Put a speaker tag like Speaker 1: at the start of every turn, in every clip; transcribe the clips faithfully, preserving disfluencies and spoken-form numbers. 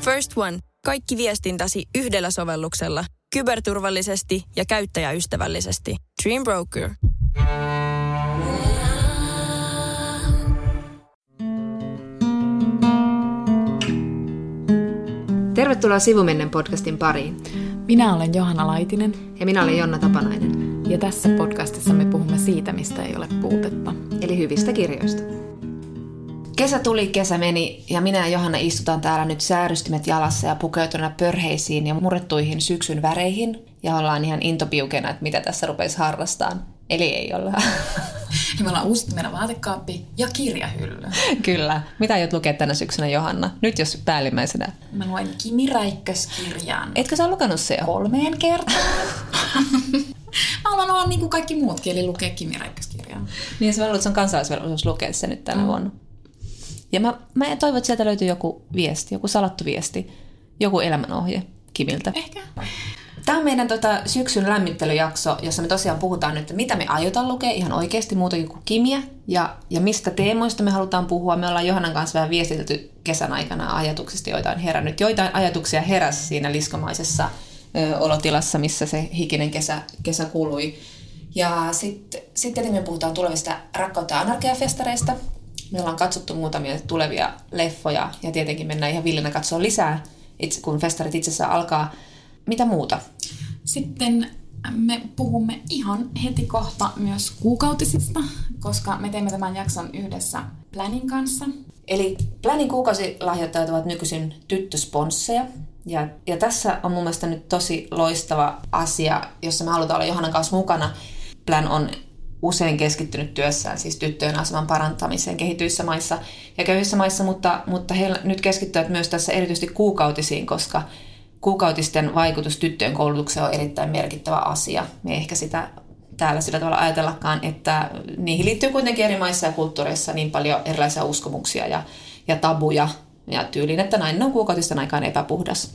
Speaker 1: First One. Kaikki viestintäsi yhdellä sovelluksella. Kyberturvallisesti ja käyttäjäystävällisesti. Dream Broker.
Speaker 2: Tervetuloa Sivumennen podcastin pariin.
Speaker 3: Minä olen Johanna Laitinen.
Speaker 2: Ja minä olen Jonna Tapanainen.
Speaker 3: Ja tässä podcastissa me puhumme siitä, mistä ei ole puutetta.
Speaker 2: Eli hyvistä kirjoista. Kesä tuli, kesä meni ja minä ja Johanna istutaan täällä nyt säärystimet jalassa ja pukeutuneena pörheisiin ja murrettuihin syksyn väreihin. Ja ollaan ihan intopiukena, että mitä tässä rupeisi harrastaan. Eli ei olla.
Speaker 3: Ja me ollaan uusittu meidän vaatekaappi ja kirjahylly.
Speaker 2: Kyllä. Mitä aiot lukea tänä syksynä, Johanna? Nyt jos päällimmäisenä.
Speaker 3: Mä luen Kimi Räikkös-kirjan.
Speaker 2: Etkö sä ole lukenut se jo?
Speaker 3: Kolmeen kertaan. Mä haluan olla niin kuin kaikki muutkin, eli lukea Kimi Räikkös-kirjaa.
Speaker 2: Niin ja sä haluat, että sun kansalaisvelvollisuus lukea se nyt tänä mm. vuonna. Ja mä, mä toivon, että sieltä löytyy joku viesti, joku salattu viesti, joku elämänohje Kimiltä.
Speaker 3: Ehkä.
Speaker 2: Tämä on meidän tota, syksyn lämmittelyjakso, jossa me tosiaan puhutaan nyt, että mitä me aiotaan lukea ihan oikeasti muutakin kuin Kimiä ja, ja mistä teemoista me halutaan puhua. Me ollaan Johannan kanssa vähän viestitelty kesän aikana ajatuksista, joita on herännyt. Joitain ajatuksia heräsi siinä liskomaisessa ö, olotilassa, missä se hikinen kesä, kesä kului. Ja sitten sit tietenkin me puhutaan tulevista Rakkautta ja anarkiafestareista. Me ollaan katsottu muutamia tulevia leffoja ja tietenkin mennään ihan villinä katsoa lisää, itse, kun festarit itsessään alkaa. Mitä muuta?
Speaker 3: Sitten me puhumme ihan heti kohta myös kuukautisista, koska me teemme tämän jakson yhdessä Planin kanssa.
Speaker 2: Eli Planin kuukausilahjoittajat ovat nykyisin tyttösponsseja. Ja, ja tässä on mun mielestä nyt tosi loistava asia, jossa me halutaan olla Johannan kanssa mukana. Plan on usein keskittynyt työssään siis tyttöjen aseman parantamiseen kehityissä maissa ja köyhissä maissa, mutta, mutta he nyt keskittyvät myös tässä erityisesti kuukautisiin, koska kuukautisten vaikutus tyttöjen koulutukseen on erittäin merkittävä asia. Me ei ehkä sitä täällä sillä tavalla ajatellakaan, että niihin liittyy kuitenkin eri maissa ja kulttuureissa niin paljon erilaisia uskomuksia ja, ja tabuja ja tyyliin, että nainen on kuukautisten aikaan epäpuhdas.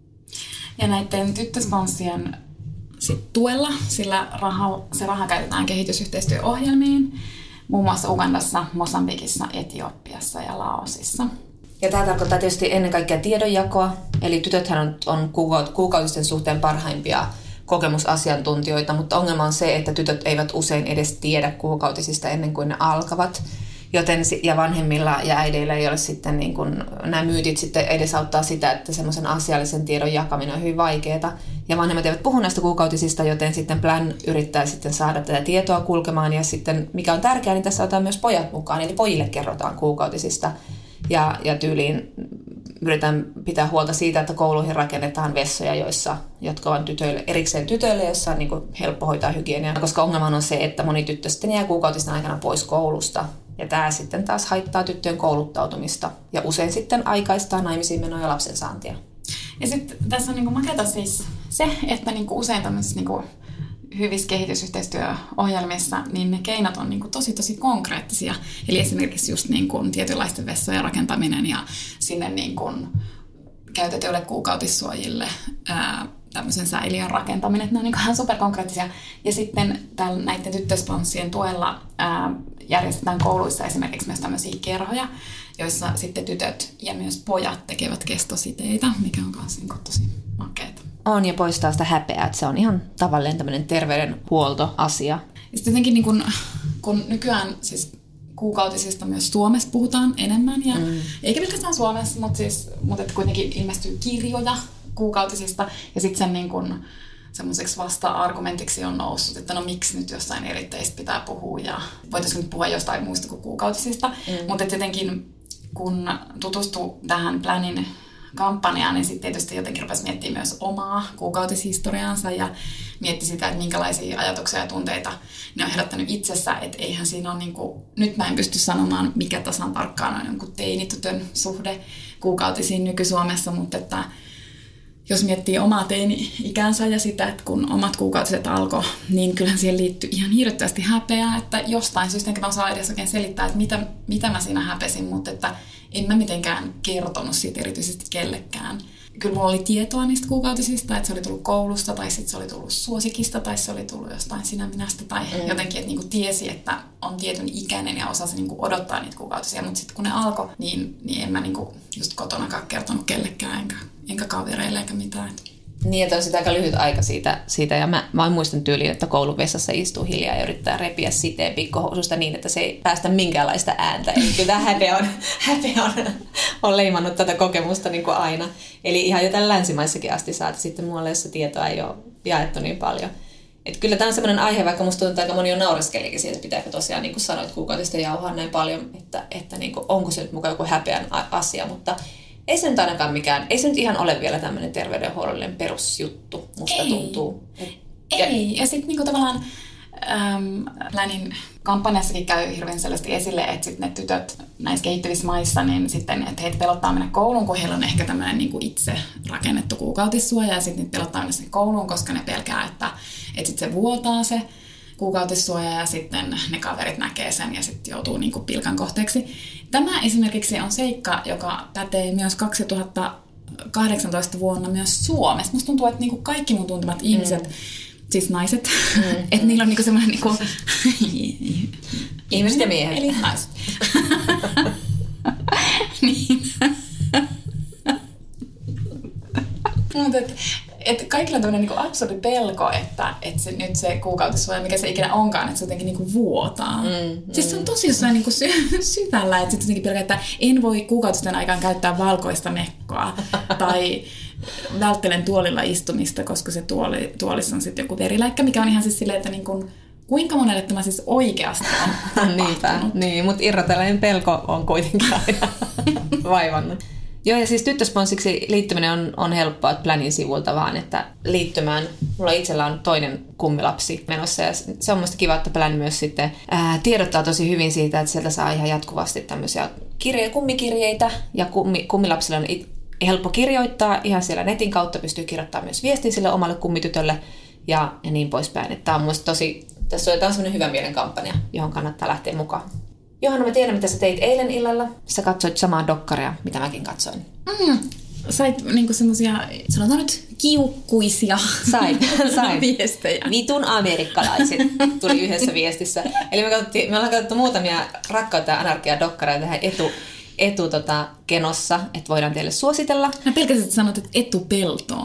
Speaker 3: Ja näiden tyttösponssien sit tuella, sillä raha, se raha käytetään kehitysyhteistyöohjelmiin, muun muassa Ugandassa, Mosambikissa, Etiopiassa ja Laosissa.
Speaker 2: Ja tämä tarkoittaa tietysti ennen kaikkea tiedonjakoa, eli tytöthän on, on kuukautisten suhteen parhaimpia kokemusasiantuntijoita, mutta ongelma on se, että tytöt eivät usein edes tiedä kuukautisista ennen kuin ne alkavat. Joten, ja vanhemmilla ja äideillä ei ole sitten, niin kuin, nämä myytit sitten edesauttaa sitä, että semmoisen asiallisen tiedon jakaminen on hyvin vaikeaa. Ja vanhemmat eivät puhu näistä kuukautisista, joten sitten Plan yrittää sitten saada tätä tietoa kulkemaan. Ja sitten, mikä on tärkeää, niin tässä otetaan myös pojat mukaan, eli pojille kerrotaan kuukautisista. Ja, ja tyyliin yritetään pitää huolta siitä, että kouluihin rakennetaan vessoja, joissa, jotka on tytöille, erikseen tytöille, joissa on niin kuin helppo hoitaa hygieniaa. Koska ongelma on se, että moni tyttö sitten jää kuukautisten aikana pois koulusta. Ja tämä sitten taas haittaa tyttöjen kouluttautumista ja usein sitten aikaistaa naimisiin menoa ja lapsen saantia.
Speaker 3: Ja sitten tässä on niinku makeata siis se, että niinku usein tämmöisissä niinku hyvissä kehitysyhteistyöohjelmissa niin ne keinot on niinku tosi tosi konkreettisia. Eli esimerkiksi just niinku tietynlaisten vessojen rakentaminen ja sinne niinku käytetyille kuukautissuojille ää, tämmöisen säiliön rakentaminen, että ne on niinku ihan superkonkreettisia. Ja sitten täällä näiden tyttösponssien tuella ää, järjestetään kouluissa esimerkiksi myös tämmöisiä kerhoja, joissa sitten tytöt ja myös pojat tekevät kestositeitä, mikä on myös niinku tosi makeeta.
Speaker 2: On ja poistaa sitä häpeää, että se on ihan tavallinen tämmöinen terveydenhuoltoasia.
Speaker 3: Ja sitten jotenkin niin kun, kun nykyään siis kuukautisista myös Suomessa puhutaan enemmän, ja, mm. eikä pelkästään Suomessa, mutta, siis, mutta että kuitenkin ilmestyy kirjoja kuukautisista, ja sitten sen niin kun, semmoiseksi vasta-argumentiksi on noussut, että no miksi nyt jossain eritteistä pitää puhua, ja voitaisiin nyt puhua jostain muista kuin kuukautisista, mm. mutta jotenkin kun tutustuu tähän Planin kampanjaan, niin sitten tietysti jotenkin rupesi miettimään myös omaa kuukautishistoriaansa ja mietti sitä, että minkälaisia ajatuksia ja tunteita ne on herättänyt itsessä, että eihän siinä ole niin kuin, nyt mä en pysty sanomaan, mikä tasan tarkkaan on jonkun teinitytön suhde kuukautisiin nyky-Suomessa, mutta että jos miettii omaa teini-ikänsä ja sitä, että kun omat kuukautiset alkoi, niin kyllähän siihen liittyy ihan hirveästi häpeää, että jostain syystä, enkä mä osaa edes oikein selittää, että mitä, mitä mä siinä häpesin, mutta että en mä mitenkään kertonut siitä erityisesti kellekään. Kyllä mulla oli tietoa niistä kuukautisista, että se oli tullut koulusta, tai sitten se oli tullut suosikista, tai se oli tullut jostain sinä minästä, tai mm. jotenkin, että niinku tiesi, että on tietyn ikäinen ja osasi niinku odottaa niitä kuukautisia. Mutta sitten kun ne alkoi, niin, niin en mä niinku just kotonakaan kertonut kellekään, enkä, enkä kavereille eikä mitään.
Speaker 2: Niin, että on sitä aika lyhyt aika siitä, siitä ja mä, mä muistan tyyliin, että koulun vessassa istuu hiljaa ja yrittää repiä siteen pikkohoususta niin, että se ei päästä minkäänlaista ääntä. Eli kyllä tämä häpeä on, häpeä on, on leimannut tätä kokemusta niin kuin aina. Eli ihan jo tämän länsimaissakin asti saati sitten muualle, jossa tietoa ei ole jaettu niin paljon. Että kyllä tämä on sellainen aihe, vaikka musta tuntuu, että aika moni jo naureskelikin siitä, että pitääkö tosiaan, niin kuin sanoit, kuukautista jauhaa näin paljon, että, että niin kuin, onko se nyt mukaan joku häpeän asia, mutta ei se nyt ainakaan mikään, ei se nyt ihan ole vielä tämmöinen terveydenhuollollinen perusjuttu, musta
Speaker 3: ei.
Speaker 2: tuntuu.
Speaker 3: Ei, ja, ja sitten niinku tavallaan äm, Länin kampanjassakin käy hirveän selvästi esille, että sit ne tytöt näissä kehittyvissä maissa, niin sitten, että heitä pelottaa mennä kouluun, kun heillä on ehkä tämmöinen niinku itse rakennettu kuukautissuoja, ja sitten niitä pelottaa mennä kouluun, koska ne pelkää, että, että sitten se vuotaa se kuukautissuoja, ja sitten ne kaverit näkee sen, ja sitten joutuu niinku pilkan kohteeksi. Tämä esimerkiksi on seikka, joka pätee myös kaksituhattakahdeksantoista vuonna myös Suomessa. Musta tuntuu, että niinku kaikki mun tuntemat ihmiset, mm. siis naiset, mm. että niillä on niinku semmoinen niinku
Speaker 2: ihmiset ja miehet.
Speaker 3: Eli naiset. Niin. Mutta et, et kaikilla on tämmöinen niinku absurdi pelko, että et se, nyt se kuukautissuoja, mikä se ikinä onkaan, että se jotenkin niinku vuotaa. Mm, mm. Siis se on tosi jossain niinku sy- syvällä, että sitten jotenkin pelkää, että en voi kuukautisten aikaan käyttää valkoista mekkoa tai välttelen tuolilla istumista, koska se tuoli, tuolissa on sitten joku veriläikkä, mikä on ihan siis silleen, että niinku, kuinka monelle tämä siis oikeasti on tapahtunut.
Speaker 2: Niinpä, niin, mutta irrotellen pelko on kuitenkin aina vaivannut. Joo, ja siis tyttösponssiksi liittyminen on, on helppoa, että Planin sivulta vaan, että liittymään. Mulla itsellä on toinen kummilapsi menossa, ja se on musta kiva, että Plan myös sitten ää, tiedottaa tosi hyvin siitä, että sieltä saa ihan jatkuvasti tämmöisiä kirje- kummikirjeitä, ja kummi, kummilapsille on it, helppo kirjoittaa, ihan siellä netin kautta pystyy kirjoittamaan myös viestin sille omalle kummitytölle, ja, ja niin poispäin. Että tämä on musta tosi, tässä on, tämä on semmoinen hyvä mielen kampanja, johon kannattaa lähteä mukaan. Johanna, mä tiedän, mitä sä teit eilen illalla. Sä katsoit samaa dokkaria, mitä mäkin katsoin.
Speaker 3: Mm. Sait niinku semmosia, sanotaan nyt, kiukkuisia
Speaker 2: sain, sain.
Speaker 3: viestejä.
Speaker 2: Vitun amerikkalaiset tuli yhdessä viestissä. Eli me, me ollaan katsottu muutamia Rakkautta ja anarkia-dokkareja tähän etu, etu tota, kenossa, että voidaan teille suositella.
Speaker 3: Mä pelkäsin, että sanot, että etupeltoon.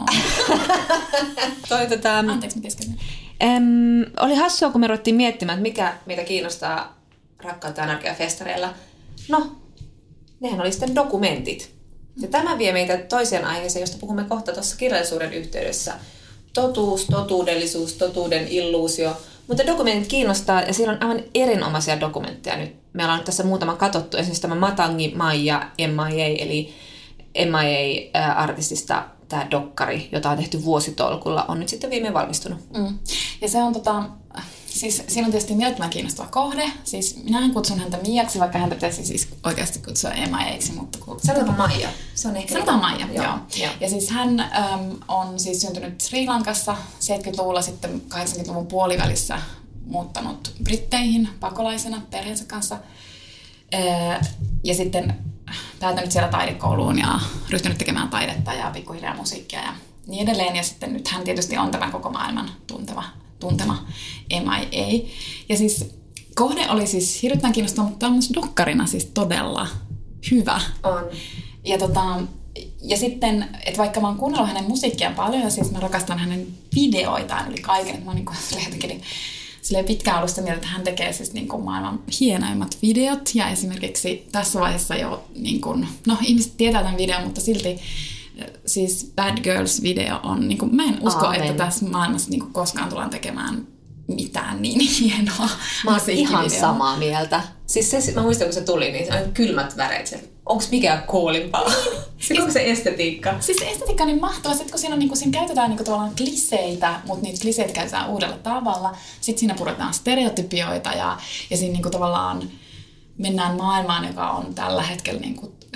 Speaker 2: Toi, tota,
Speaker 3: Anteeksi, mä kesken.
Speaker 2: äm, oli hassua, kun me ruvettiin miettimään, että mikä meitä kiinnostaa Rakkautta ja anarkia-festareilla. No, nehän oli sitten dokumentit. Ja tämä vie meitä toiseen aiheeseen, josta puhumme kohta tuossa kirjallisuuden yhteydessä. Totuus, totuudellisuus, totuuden illuusio. Mutta dokumentit kiinnostaa ja siellä on aivan erinomaisia dokumentteja nyt. Me ollaan tässä muutama katsottu. Esimerkiksi tämä Matangi Maija M I A, eli M I A-artistista tämä dokkari, jota on tehty vuositolkulla, on nyt sitten viimein valmistunut. Mm.
Speaker 3: Ja se on tota... Siis siinä on tietysti mielettömän kiinnostava kohde. Siis minähän kutsun häntä Miaksi, vaikka häntä pitäisi siis oikeasti kutsua M I A:ksi, mutta kun...
Speaker 2: Sanotaan Maija. Se on ehkä...
Speaker 3: Sanotaan Maija, joo. joo. joo. Ja siis hän äm, on siis syntynyt Sri Lankassa seitsemänkymmentäluvulla, sitten kahdeksankymmentäluvun puolivälissä muuttanut Britteihin pakolaisena perheensä kanssa. Ää, ja sitten päätänyt siellä taidekouluun ja ryhtynyt tekemään taidetta ja pikkuhiljaa musiikkia ja niin edelleen. Ja sitten nyt hän tietysti on tämän koko maailman tunteva tuntema M I A. Ja siis kohde oli siis hirveän kiinnostava, mutta tämä on myös dokkarina siis todella hyvä.
Speaker 2: On.
Speaker 3: Ja, tota, ja sitten, että vaikka mä oon kuunnellut hänen musiikkiaan paljon, ja siis mä rakastan hänen videoitaan yli kaiken, että mä oon niin kuin, jotenkin silleen pitkään ollut sitä mieltä, että hän tekee siis niin kuin maailman hienoimmat videot, ja esimerkiksi tässä vaiheessa jo, niin kuin, no ihmiset tietää tämän videon, mutta silti siis Bad Girls-video on, niin kuin, mä en usko, Aamen. Että tässä maailmassa niin kuin, koskaan tullaan tekemään mitään niin hienoa.
Speaker 2: Mä oon ihan samaa mieltä. Siis se, mä muistan, kun se tuli, niin se on kylmät väreet. Onko mikään coolimpaa? Siis, onko se estetiikka?
Speaker 3: Siis se estetiikka on niin mahtava, että kun siinä, on, niin kuin, siinä käytetään niin kuin, tavallaan kliseitä, mutta niitä kliseitä käytetään uudella tavalla. Sitten siinä puretaan stereotypioita ja, ja siinä niin kuin, tavallaan mennään maailmaan, joka on tällä hetkellä niin kuin,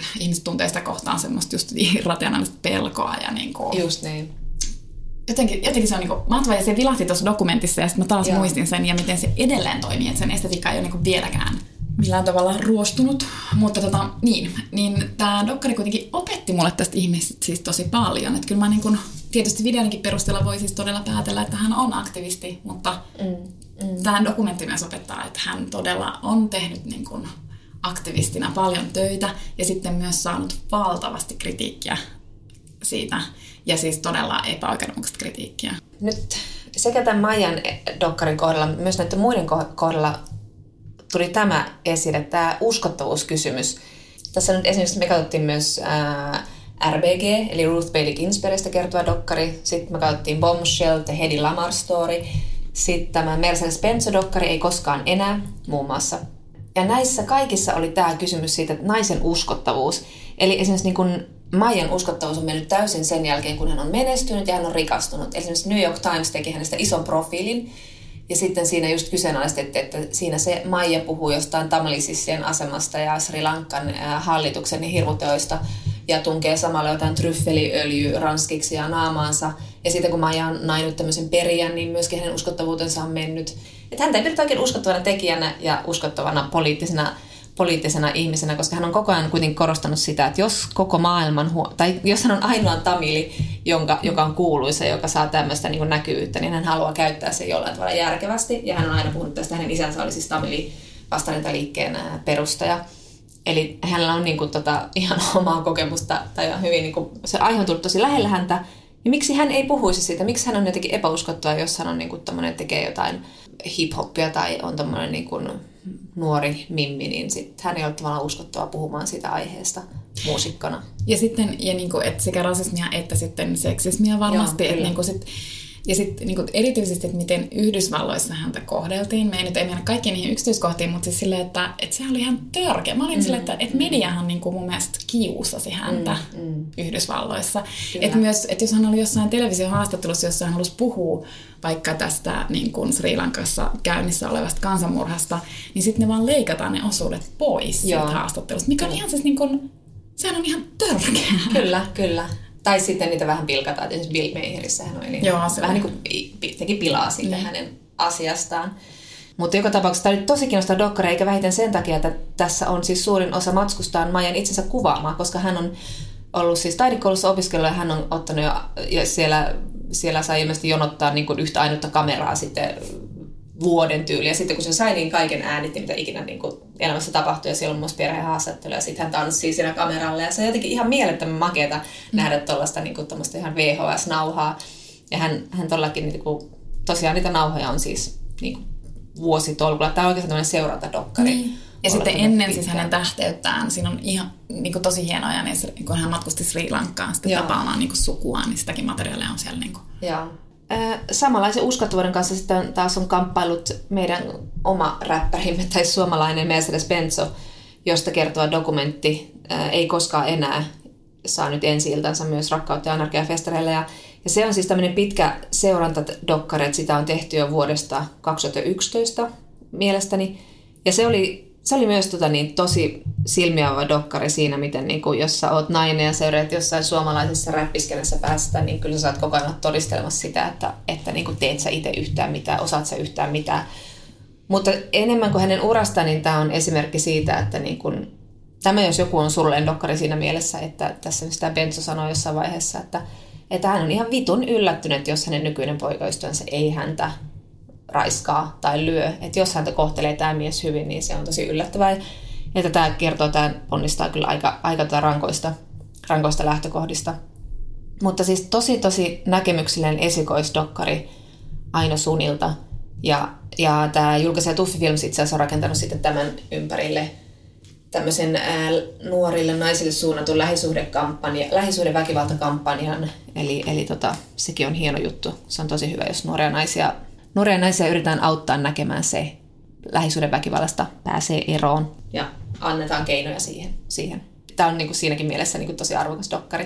Speaker 3: ihmiset tuntee sitä kohtaan semmoista just irrationaalista pelkoa ja niin kuin,
Speaker 2: just niin.
Speaker 3: Jotenkin, jotenkin se on niinku mahtavaa ja se vilahti tuossa dokumentissa ja sitten mä taas
Speaker 2: Joo.
Speaker 3: muistin sen ja miten se edelleen toimii, että sen estetiikka ei ole niinku vieläkään millään tavalla ruostunut. Mutta tota, niin, niin tämä dokkari kuitenkin opetti mulle tästä ihmisestä siis tosi paljon. Että kyllä mä niinku, tietysti videonkin perusteella voi siis todella päätellä, että hän on aktivisti, mutta mm, mm. tämä dokumentti myös opettaa, että hän todella on tehnyt niinku aktivistina paljon töitä ja sitten myös saanut valtavasti kritiikkiä siitä. Ja siis todella epäoikeudenmukaista kritiikkiä.
Speaker 2: Nyt sekä tämän Maijan dokkarin kohdalla, myös näiden muiden kohdalla tuli tämä esille, tämä uskottavuuskysymys. Tässä nyt esimerkiksi me katsottiin myös ää, R B G, eli Ruth Bader Ginsburgista kertova dokkari. Sitten me katsottiin Bombshell, The Hedy Lamarr Story. Sitten tämä Mercedes-Benz-dokkari, Ei koskaan enää, muun muassa. Ja näissä kaikissa oli tämä kysymys siitä, että naisen uskottavuus. Eli esimerkiksi niin kuin Maijan uskottavuus on mennyt täysin sen jälkeen, kun hän on menestynyt ja hän on rikastunut. Esimerkiksi New York Times teki hänestä ison profiilin. Ja sitten siinä just kyseenalaistettiin, että siinä se Maija puhuu jostain tamilisissien asemasta ja Sri Lankan hallituksen hirmuteoista ja tunkee samalla jotain tryffeliöljyä ranskiksi ja naamaansa. Ja sitten kun Maija on nainut tämmöisen perijän, niin myöskin hänen uskottavuutensa on mennyt. Että häntä ei pidetä oikein uskottavana tekijänä ja uskottavana poliittisena poliittisena ihmisenä, koska hän on koko ajan kuitenkin korostanut sitä, että jos koko maailman, tai jos hän on ainoa tamili, jonka, joka on kuuluisa, joka saa tämmöistä niin kuin näkyvyyttä, niin hän haluaa käyttää sen jollain tavalla järkevästi. Ja hän on aina puhunut tästä, hänen isänsä oli siis tamili vastarintaliikkeen perustaja. Eli hänellä on niin kuin, tota, ihan omaa kokemusta, tai on hyvin, niin kuin, se aihe on tullut tosi lähellä häntä. Ja miksi hän ei puhuisi siitä? Miksi hän on jotenkin epäuskottava, jos hän on niin kuin, tommoinen, tekee jotain hip-hoppia tai on tommoinen niin kuin nuori mimmi, niin sitten hän ei ole tavallaan uskottava puhumaan siitä aiheesta muusikkona.
Speaker 3: Ja sitten ja niinku, et sekä rasismia että sitten seksismia varmasti. Joo, et niinku sit, ja sitten niinku, erityisesti, että miten Yhdysvalloissa häntä kohdeltiin. Me ei nyt ei mennä kaikkiin niihin yksityiskohtiin, mutta siis silleen, että et se oli ihan törkeä. Mä olin mm, silleen, että et mediahan niinku, mun mielestä kiusasi häntä mm, mm. Yhdysvalloissa. Että myös, että jos hän oli jossain televisiohaastattelussa, jossa hän halusi puhua vaikka tästä niin kuin Sri Lankassa käynnissä olevasta kansanmurhasta, niin sitten ne vaan leikataan ne osuudet pois siitä haastattelusta, mikä on ihan siis niin kuin, sehän on ihan törkeä.
Speaker 2: Kyllä, kyllä. Tai sitten niitä vähän pilkataan, että esimerkiksi Bill Mayerissä hän oli
Speaker 3: Joo,
Speaker 2: vähän niin kuin teki pilaa siitä mm. hänen asiastaan. Mutta joka tapauksessa tämä oli tosi kiinnostava dokkari, eikä vähiten sen takia, että tässä on siis suurin osa matskustaan Maijan itsensä kuvaamaan, koska hän on ollut siis taidekoulussa opiskellut ja hän on ottanut jo, ja siellä, siellä sai ilmeisesti jonottaa niin kuin yhtä ainutta kameraa sitten vuoden tyyliin. Ja sitten kun se sai niin kaiken äänitti, mitä ikinä niin kuin elämässä tapahtui, ja siellä on myös perheen haastattelu, ja sitten hän tanssii siinä kameralla. Ja se on jotenkin ihan mielettömän makeata mm. nähdä tuollaista niin kuin ihan V H S-nauhaa. Ja hän, hän todellakin, niin kuin, tosiaan niitä nauhoja on siis niin kuin vuositolkulla. Tämä on oikeastaan tämmöinen seurantadokkari.
Speaker 3: Niin. Ja sitten ennen pitkään. Siis hänen tähteyttään, siinä on ihan niin kuin tosi hienoja, niin kun hän matkusti Sri Lankaan sitten tapaamaan niin kuin sukuaan, niin sitäkin materiaalia on siellä. Niin kuin.
Speaker 2: Joo. Samanlaisen uskottavuuden kanssa sitten taas on kamppailut meidän oma räppärimme tai suomalainen Mercedes-Benzo, josta kertova dokumentti Ei koskaan enää saa nyt ensi-iltansa myös Rakkautta ja anarkia-festareilla. Ja, ja se on siis tämmöinen pitkä seurantadokkari, että sitä on tehty jo vuodesta kaksituhattayksitoista mielestäni. Ja se oli, se oli myös tota, niin, tosi silmiävä dokkari siinä, miten niin kuin, jos sä oot nainen ja seuraat jossain suomalaisessa räppiskenessä päästä, niin kyllä sä saat koko ajan todistelemassa sitä, että, että niin kuin teet sä itse yhtään mitään, osaat sä yhtään mitään. Mutta enemmän kuin hänen urastaan, niin tämä on esimerkki siitä, että niin kuin, tämä jos joku on surullinen dokkari siinä mielessä, että tässä sitä Benzo sanoi jossain vaiheessa, että, että hän on ihan vitun yllättynyt, jos hänen nykyinen poikaystävänsä ei häntä raiskaa tai lyö. Että jos häntä kohtelee tämä mies hyvin, niin se on tosi yllättävää. Että tämä kertoo, että tämä ponnistaa kyllä aika, aika rankoista, rankoista lähtökohdista. Mutta siis tosi tosi näkemyksellinen esikoisdokkari Aino Sunilta. Ja, ja tämä julkaisija Tuffi Films itse asiassa on rakentanut sitten tämän ympärille tämmöisen ää, nuorille naisille suunnatun lähisuhdekampanja, lähisuhdeväkivaltakampanjan. Eli, eli tota, sekin on hieno juttu. Se on tosi hyvä, jos nuoria naisia, nuoria naisia yritetään auttaa näkemään se lähisuhdeväkivallasta, pääsee eroon ja annetaan keinoja siihen. siihen. Tämä on niin kuin siinäkin mielessä niin kuin tosi arvokas dokkari.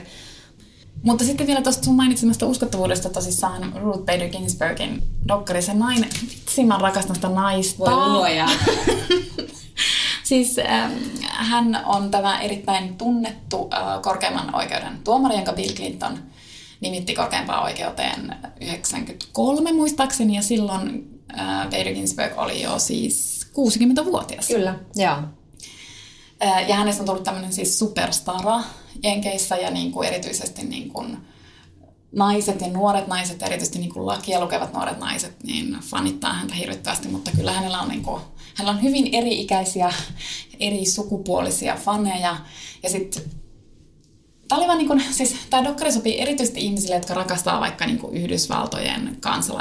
Speaker 3: Mutta sitten vielä tuosta sun mainitsemasta uskottavuudesta tosissaan Ruth Bader Ginsburgin dokkari, se nainen, vitsi mä rakastan sitä naista.
Speaker 2: Voi luoja.
Speaker 3: Siis äh, hän on tämä erittäin tunnettu äh, korkeimman oikeuden tuomari, jonka Bill Clinton nimitti korkeimpaan oikeuteen yhdeksänkymmentäkolme muistaakseni, ja silloin äh, Bader Ginsburg oli jo siis kuusikymmentävuotias.
Speaker 2: Kyllä, joo.
Speaker 3: Äh, ja hänestä on tullut tämmöinen siis superstara Jenkeissä, ja niin kuin erityisesti niin kuin naiset ja nuoret naiset, erityisesti niin kuin lakia lukevat nuoret naiset, niin fanittaa häntä hirvittävästi, mutta kyllä hänellä on, niin kuin, hänellä on hyvin eri-ikäisiä, eri sukupuolisia faneja. Ja sitten tämä oli vaan niin kuin, siis tämä dokkari sopii erityisesti ihmisille, jotka rakastaa vaikka niin kuin Yhdysvaltojen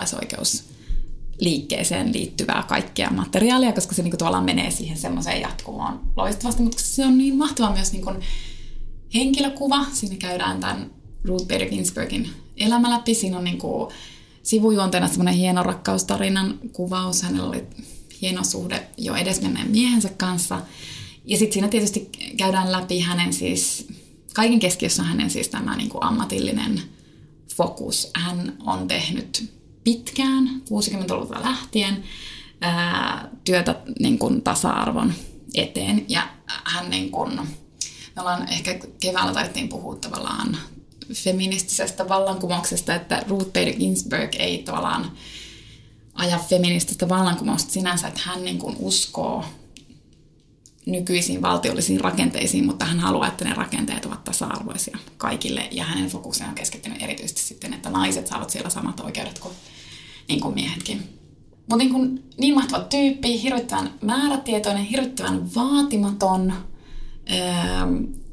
Speaker 3: kansalaisoikeusliikkeeseen liittyvää kaikkea materiaalia, koska se niin kuin tavallaan menee siihen semmoiseen jatkumoon loistavasti, mutta se on niin mahtava myös niin kuin henkilökuva. Siinä käydään tämän Ruth Bader Ginsburgin elämä läpi. Siinä on niin kuin sivujuonteena semmoinen hieno rakkaustarinan kuvaus. Hänellä oli hieno suhde jo edesmenneen miehensä kanssa. Ja sitten siinä tietysti käydään läpi hänen siis, kaiken keskiössä on hänen siis tämä niin kuin ammatillinen fokus. Hän on tehnyt pitkään, kuusikymmentäluvulta lähtien, ää, työtä niin kuin tasa-arvon eteen. Ja hän niin kuin, me ollaan ehkä keväällä taidettiin puhua tavallaan feministisestä vallankumouksesta, että Ruth Bader Ginsburg ei tavallaan aja feminististä vallankumousta sinänsä, että hän niin kuin uskoo nykyisiin valtiollisiin rakenteisiin, mutta hän haluaa, että ne rakenteet ovat tasa-arvoisia kaikille, ja hänen fokukseen on keskittynyt erityisesti sitten, että naiset saavat siellä samat oikeudet kuin, niin kuin miehetkin. Mutta niin, kuin, niin mahtava tyyppi, hirvittävän määrätietoinen, hirvittävän vaatimaton, öö,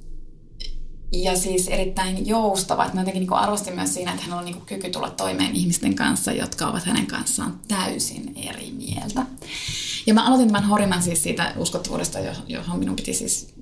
Speaker 3: ja siis erittäin joustava. Mä jotenkin niin arvostin myös siinä, että hän on niin kyky tulla toimeen ihmisten kanssa, jotka ovat hänen kanssaan täysin eri mieltä. Ja mä aloitin tämän horinan siis siitä uskottavuudesta, johon minun piti siis,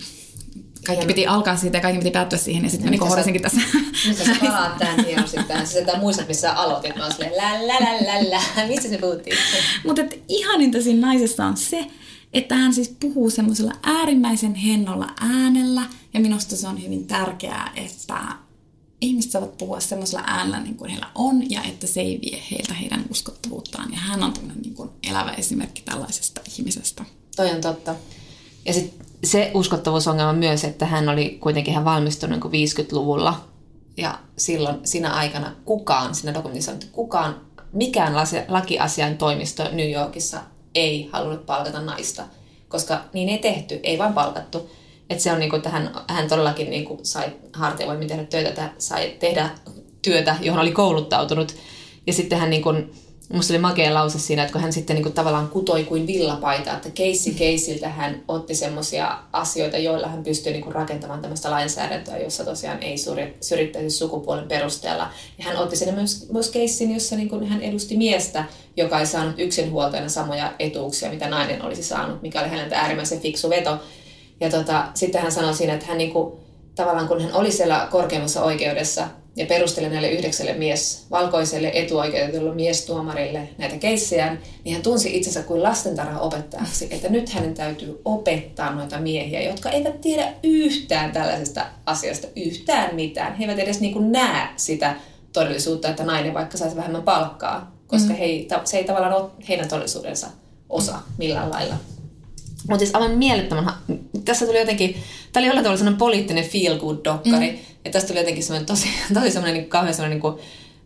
Speaker 3: kaikki piti alkaa siitä ja kaikki piti päättyä siihen, ja sitten mä niin horisinkin tässä.
Speaker 2: Nyt sä palaat tähän hieman sitten. Sä et muistat, missä sä aloitit. Mä oon silleen, lä, lä, lä, lä, lä. Missä se puhuttiin?
Speaker 3: Mutta ihaninta siinä naisessa on se, että hän siis puhuu semmoisella äärimmäisen hennolla äänellä, ja minusta se on hyvin tärkeää, että ihmiset saavat puhua semmoisella äänellä niin kuin heillä on, ja että se ei vie heiltä heidän uskottavuuttaan. Ja hän on tämmöinen niin kuin elävä esimerkki tällaisesta ihmisestä.
Speaker 2: Toi on totta. Ja sitten se uskottavuusongelma myös, että hän oli kuitenkin hän valmistunut niin kuin viisikymmentäluvulla, ja silloin siinä aikana kukaan, siinä dokumentissa on, että kukaan, mikään lakiasiain toimisto New Yorkissa ei halunnut palkata naista, koska niin ei tehty, ei vaan palkattu. Että se on niinku, että hän, hän todellakin niinku sai hartiavoimin tehdä töitä, sai tehdä työtä, johon oli kouluttautunut. Ja sitten hän, niinku, musta oli makea lause siinä, että kun hän sitten niinku tavallaan kutoi kuin villapaita, että keissi keisiltä hän otti semmoisia asioita, joilla hän pystyi niinku rakentamaan tämmöistä lainsäädäntöä, jossa tosiaan ei syrjittäisi sukupuolen perusteella. Ja hän otti sinne myös, myös keissin, jossa niinku hän edusti miestä, joka ei saanut yksinhuoltajana samoja etuuksia, mitä nainen olisi saanut, mikä oli häneltä äärimmäisen fiksu veto. Ja tota, sitten hän sanoi siinä, että hän niinku, tavallaan kun hän oli siellä korkeimmassa oikeudessa ja perusteli näille yhdeksälle mies, valkoiselle etuoikeutetulle miestuomarille näitä keissejään, niin hän tunsi itsensä kuin lastentarhaopettajaksi, että nyt hänen täytyy opettaa noita miehiä, jotka eivät tiedä yhtään tällaisesta asiasta, yhtään mitään. He eivät edes niinku näe sitä todellisuutta, että nainen vaikka saisi vähemmän palkkaa, koska mm. he ei, se ei tavallaan ole heidän todellisuudensa osa millään lailla. Mutta siis aivan mielettömän, tässä tuli jotenkin, tämä oli jollain tavalla sellainen poliittinen feel-good-dokkari, mm. ja tästä tuli jotenkin semmoinen tosi, tosi semmoinen niin kauhean semmoinen, niin kuin,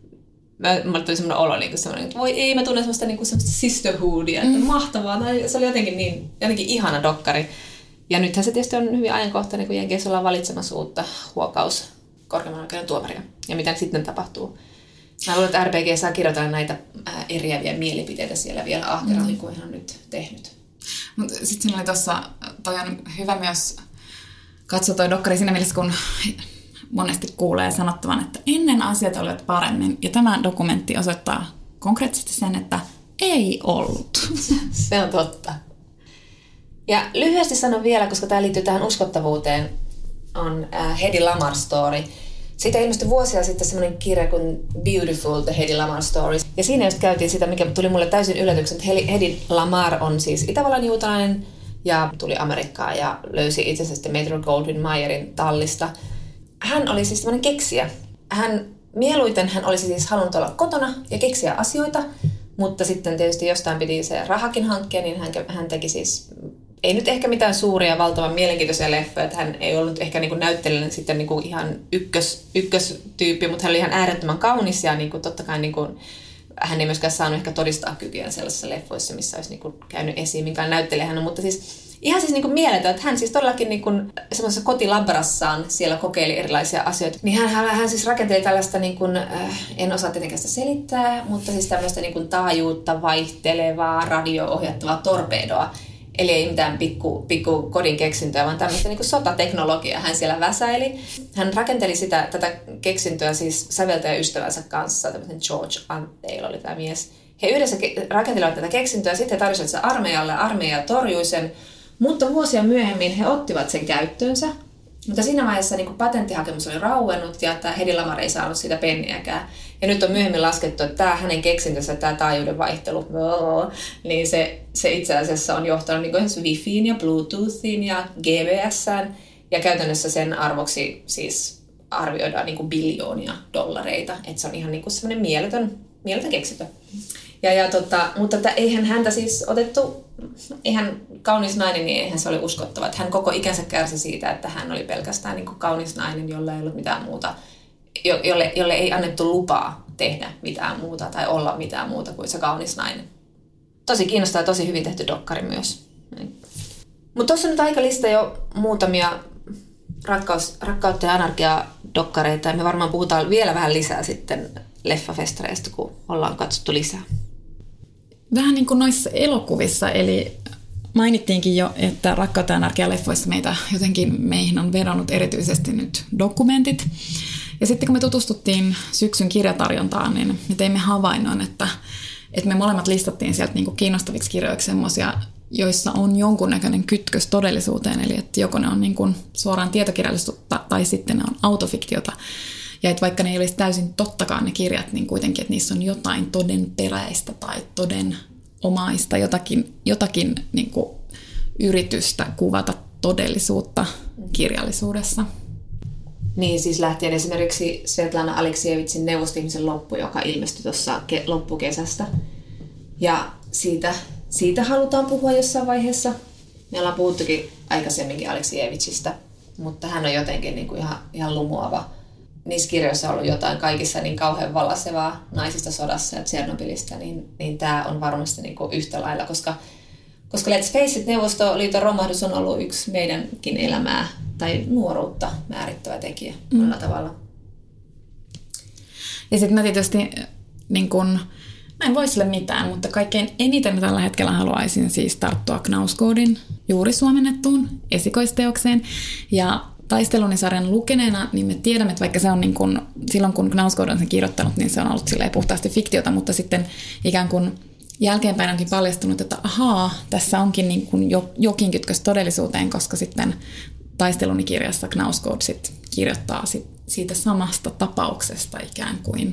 Speaker 2: mä tuli semmoinen olo, niin kuin semmoinen, että voi ei, mä tunnen semmoista, niin kuin, semmoista sisterhoodia, että mm. mahtavaa, se oli jotenkin niin, jotenkin ihana dokkari. Ja nythän se tietysti on hyvin ajankohtainen, kun Jenkeissä ollaan valitsemassa uutta huokaus korkeimman oikeuden tuomaria, ja mitä sitten tapahtuu. Mä luulen, että R B G saa kirjoitella näitä eriäviä mielipiteitä siellä vielä ahkerammin mm. kuin hän on nyt tehnyt.
Speaker 3: Mutta sitten siinä oli tuossa, toi on hyvä myös katsoa toi dokkari siinä mielessä, kun monesti kuulee sanottavan, että ennen asiat olivat paremmin. Ja tämä dokumentti osoittaa konkreettisesti sen, että ei ollut.
Speaker 2: Se on totta. Ja lyhyesti sanon vielä, koska tämä liittyy tähän uskottavuuteen, on Hedy Lamarr Story. Siitä ilmestyi vuosia sitten semmoinen kirja kuin Beautiful, The Hedy Lamarr Stories. Ja siinä just käytiin sitä, mikä tuli mulle täysin yllätyksen, että Hedy Lamarr on siis Itävallan juutalainen ja tuli Amerikkaan ja löysi itse asiassa Metro Goldwyn Mayerin tallista. Hän oli siis semmoinen keksijä. Hän, mieluiten hän olisi siis halunnut olla kotona ja keksiä asioita, mutta sitten tietysti jostain piti se rahakin hankkia, niin hän, hän teki siis ei nyt ehkä mitään suuria, valtavan mielenkiintoisia leffoja, että hän ei ollut ehkä niin kuin näyttelijänä sitten niin kuin ihan ykkös, ykköstyyppi, mutta hän oli ihan äärettömän kaunis ja niin kuin totta kai niin kuin, hän ei myöskään saanut ehkä todistaa kykyään sellaisissa leffoissa, missä olisi niin kuin käynyt esiin minkään näyttelijä hän on, mutta siis ihan siis niin kuin mieletön, että hän siis todellakin niin kuin semmoisessa kotilabrassaan siellä kokeili erilaisia asioita. Niin hän, hän, hän siis rakenteli tällaista, niin kuin, äh, en osaa tietenkään sitä selittää, mutta siis tämmöistä niin kuin taajuutta vaihtelevaa, radio-ohjattavaa torpedoa. Eli ei mitään pikku, pikku kodin keksintöä, vaan tämmöistä niin kuin sotateknologiaa hän siellä väsäili. Hän rakenteli sitä, tätä keksintöä siis säveltäjäystävänsä kanssa, tämmöisen George Antheil oli tämä mies. He yhdessä rakentelivat tätä keksintöä, sitten he tarjosivat sen armeijalle, armeija torjui sen. Mutta vuosia myöhemmin he ottivat sen käyttöönsä, mutta siinä vaiheessa niin patenttihakemus oli rauennut ja tämä Hedy Lamarr ei saanut sitä penniäkään. Ja nyt on myöhemmin laskettu, että tämä hänen keksintönsä, tämä taajuuden vaihtelu, niin se, se itse asiassa on johtanut niin kuin Wifiin ja Bluetoothiin ja G P S:ään. Ja käytännössä sen arvoksi siis arvioidaan niin kuin biljoonia dollareita, että se on ihan niin kuin semmoinen mieletön, mieletön keksintö. Ja, ja tota, mutta että eihän häntä siis otettu, eihän kaunis nainen, niin eihän se oli uskottava. Että hän koko ikänsä kärsi siitä, että hän oli pelkästään niin kuin kaunis nainen, jolla ei ollut mitään muuta, jolle, jolle ei annettu lupaa tehdä mitään muuta tai olla mitään muuta kuin se kaunis nainen. Tosi kiinnostaa ja tosi hyvin tehty dokkari myös. Mutta tuossa on nyt aika lista jo muutamia rakkaus, rakkautta ja anarkiaa dokkareita. Ja me varmaan puhutaan vielä vähän lisää sitten leffafestareista, kun ollaan katsottu lisää.
Speaker 3: Vähän niin kuin noissa elokuvissa, eli mainittiinkin jo, että Rakkautta ja anarkia leffoissa meitä jotenkin meihin on vedonnut erityisesti nyt dokumentit. Ja sitten kun me tutustuttiin syksyn kirjatarjontaan, niin me teimme havainnon, että, että me molemmat listattiin sieltä niin kuin kiinnostaviksi kirjoiksi semmoisia, joissa on jonkunnäköinen kytkös todellisuuteen, eli että joko ne on niin kuin suoraan tietokirjallisuutta tai sitten ne on autofiktiota. Ja että vaikka ne ei olisi täysin tottakaan ne kirjat, niin kuitenkin, että niissä on jotain todenperäistä tai todenomaista, jotakin, jotakin niin kuin yritystä kuvata todellisuutta kirjallisuudessa.
Speaker 2: Niin, siis lähtien esimerkiksi Svetlana Aleksijevitsin Neuvosto-ihmisen loppu, joka ilmestyi tuossa ke- loppukesästä. Ja siitä, siitä halutaan puhua jossain vaiheessa. Me ollaan puhuttukin aikaisemminkin Aleksijevitsistä, mutta hän on jotenkin niin kuin ihan, ihan lumuava. Niissä kirjoissa on ollut jotain kaikissa niin kauhean vallasevaa naisista sodassa ja Tsernobylistä, niin, niin tämä on varmasti niin kuin yhtä lailla, koska, koska let's face it, Neuvostoliiton romahdus on ollut yksi meidänkin elämää tai nuoruutta määrittävä tekijä monella mm. tavalla.
Speaker 3: Ja sitten mä tietysti, niin kun, mä en voi sille mitään, mutta kaikkein eniten mä tällä hetkellä haluaisin siis tarttua Knausgårdin juuri suomennettuun esikoisteokseen. Ja Taistelunisarjan lukeneena, niin me tiedämme, että vaikka se on niin kuin, silloin kun Knausgård on sen kirjoittanut, niin se on ollut silleen puhtaasti fiktiota, mutta sitten ikään kuin jälkeenpäin onkin paljastunut, että ahaa, tässä onkin niin kuin jo, jokin kytkös todellisuuteen, koska sitten Taistelunikirjassa Knausgård sit kirjoittaa sit siitä samasta tapauksesta ikään kuin